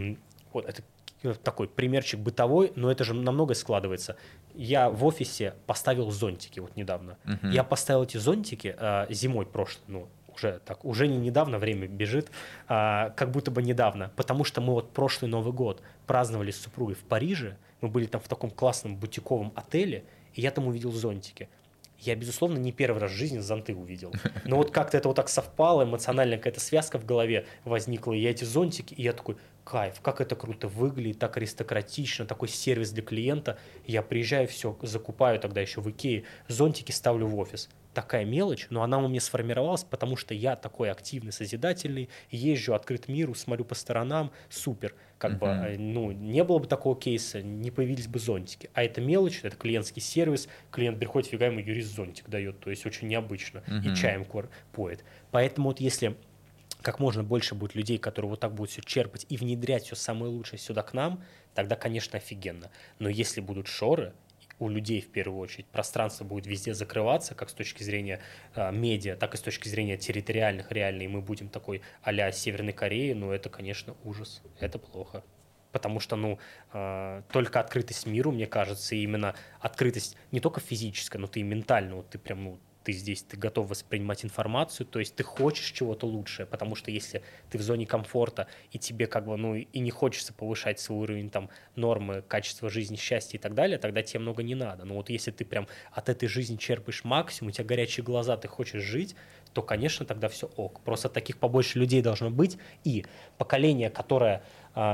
это такой примерчик бытовой, но это же намного складывается. Я в офисе поставил зонтики недавно. Я поставил эти зонтики зимой прошлой, уже не недавно, время бежит, как будто бы недавно, потому что мы прошлый Новый год праздновали с супругой в Париже, мы были там в таком классном бутиковом отеле, и я там увидел зонтики. Я, безусловно, не первый раз в жизни зонты увидел, но как-то это так совпало, эмоциональная какая-то связка в голове возникла, и я эти зонтики, и я такой, кайф, как это круто выглядит, так аристократично, такой сервис для клиента. Я приезжаю, все, закупаю тогда еще в Икее, зонтики ставлю в офис. такая мелочь, но она у меня сформировалась, потому что я такой активный, созидательный, езжу открыт миру, смотрю по сторонам, супер. Как бы, ну, не было бы такого кейса, не появились бы зонтики. А это мелочь, это клиентский сервис, клиент приходит, фига ему юрист зонтик дает, то есть очень необычно, и чаем поет. Поэтому вот если как можно больше будет людей, которые вот так будут все черпать и внедрять все самое лучшее сюда к нам, тогда, конечно, офигенно. Но если будут шоры, у людей в первую очередь пространство будет везде закрываться, как с точки зрения медиа, так и с точки зрения территориальных, реально, и мы будем такой а-ля Северной Кореи, ну это, конечно, ужас, это плохо. Потому что, ну, только открытость миру, мне кажется, и именно открытость не только физическая, но ты и ментально, вот ты прям, ну, ты здесь, ты готов воспринимать информацию, то есть ты хочешь чего-то лучшее, потому что если ты в зоне комфорта, и тебе как бы, ну, и не хочется повышать свой уровень там нормы, качества жизни, счастья и так далее, тогда тебе много не надо. Но вот если ты прям от этой жизни черпаешь максимум, у тебя горячие глаза, ты хочешь жить, то, конечно, тогда все ок. Просто таких побольше людей должно быть, и поколение, которое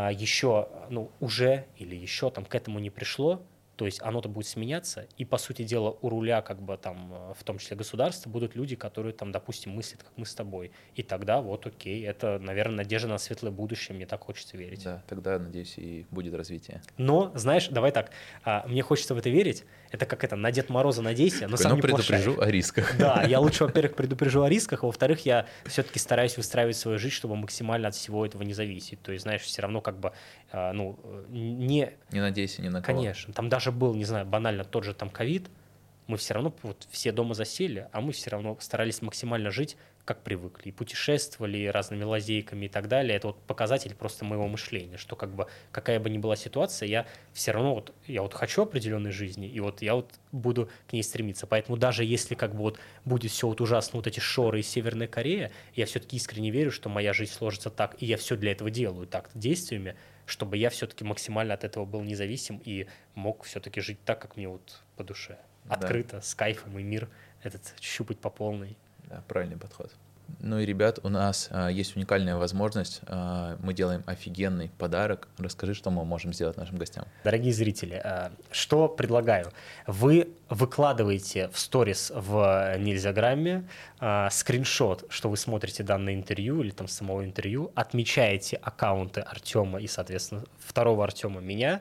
еще, ну, уже или еще там к этому не пришло, то есть оно-то будет сменяться, и, по сути дела, у руля, как бы там, в том числе государства, будут люди, которые там, допустим, мыслят, как мы с тобой. И тогда вот окей, это, наверное, надежда на светлое будущее, мне так хочется верить. Да, тогда, надеюсь, и будет развитие. Но, знаешь, давай так, мне хочется в это верить, это как это, на Дед Мороза надейся, но сам не предупрежу о рисках. Да, я лучше, во-первых, предупрежу о рисках, а во-вторых, я все-таки стараюсь выстраивать свою жизнь, чтобы максимально от всего этого не зависеть. То есть, знаешь, все равно как бы, ну, не... Не надейся ни на кого. Конечно, там даже был, не знаю, банально тот же там ковид, мы все равно вот все дома засели, а мы все равно старались максимально жить, как привыкли, и путешествовали, и разными лазейками и так далее. Это вот показатель просто моего мышления, что как бы какая бы ни была ситуация, я все равно вот, я вот хочу определенной жизни, и вот я вот буду к ней стремиться. Поэтому даже если как бы вот будет все вот ужасно, вот эти шоры из Северной Кореи, я все-таки искренне верю, что моя жизнь сложится так, и я все для этого делаю так действиями, чтобы я все-таки максимально от этого был независим и мог все-таки жить так, как мне вот по душе. Открыто, с кайфом, и мир этот щупать по полной. Да, правильный подход. Ну и, ребят, у нас есть уникальная возможность. Мы делаем офигенный подарок. Расскажи, что мы можем сделать нашим гостям. Дорогие зрители, что предлагаю? Вы выкладываете в сторис в Нельзяграмме скриншот, что вы смотрите данное интервью или там самого интервью, отмечаете аккаунты Артема и, соответственно, второго Артема, меня,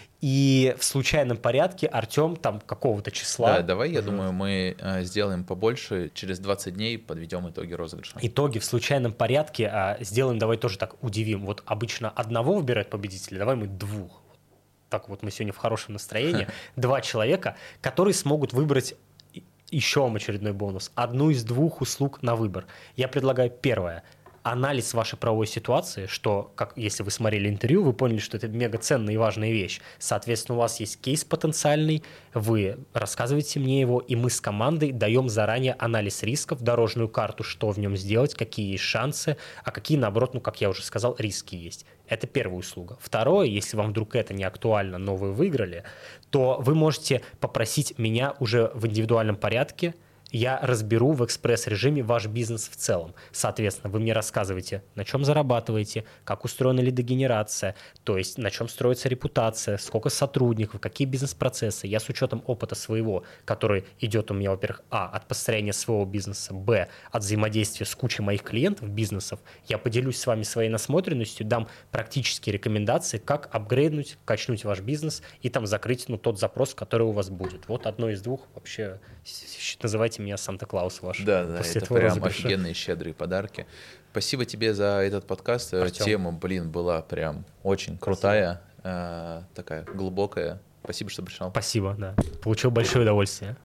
и в случайном порядке Артем там какого-то числа... Да, давай, я думаю, мы сделаем побольше, через 20 дней подведем итоги розыгрыша. Итоги в случайном порядке сделаем, давай тоже так удивим. Вот обычно одного выбирают победителя, давай мы двух. Так вот мы сегодня в хорошем настроении. 2 человека, которые смогут выбрать еще вам очередной бонус. Одну из 2 услуг на выбор. Я предлагаю первое. Анализ вашей правовой ситуации, что, как, если вы смотрели интервью, вы поняли, что это мега ценная и важная вещь. Соответственно, у вас есть кейс потенциальный, вы рассказываете мне его, и мы с командой даем заранее анализ рисков, дорожную карту, что в нем сделать, какие есть шансы, а какие, наоборот, ну, как я уже сказал, риски есть. Это первая услуга. Второе, если вам вдруг это не актуально, но вы выиграли, то вы можете попросить меня уже в индивидуальном порядке. Я разберу в экспресс-режиме ваш бизнес в целом. Соответственно, вы мне рассказываете, на чем зарабатываете, как устроена лидогенерация, то есть на чем строится репутация, сколько сотрудников, какие бизнес-процессы. Я с учетом опыта своего, который идет у меня, во-первых, от построения своего бизнеса, от взаимодействия с кучей моих клиентов, бизнесов, я поделюсь с вами своей насмотренностью, дам практические рекомендации, как апгрейднуть, качнуть ваш бизнес и там закрыть тот запрос, который у вас будет. Вот одно из 2 вообще, называйте меня Санта-Клаус ваш. Да, это прям офигенные щедрые подарки. Спасибо тебе за этот подкаст. Артём. Тема, была прям очень крутая, такая глубокая. Спасибо, что пришел. Спасибо, да. Получил большое удовольствие.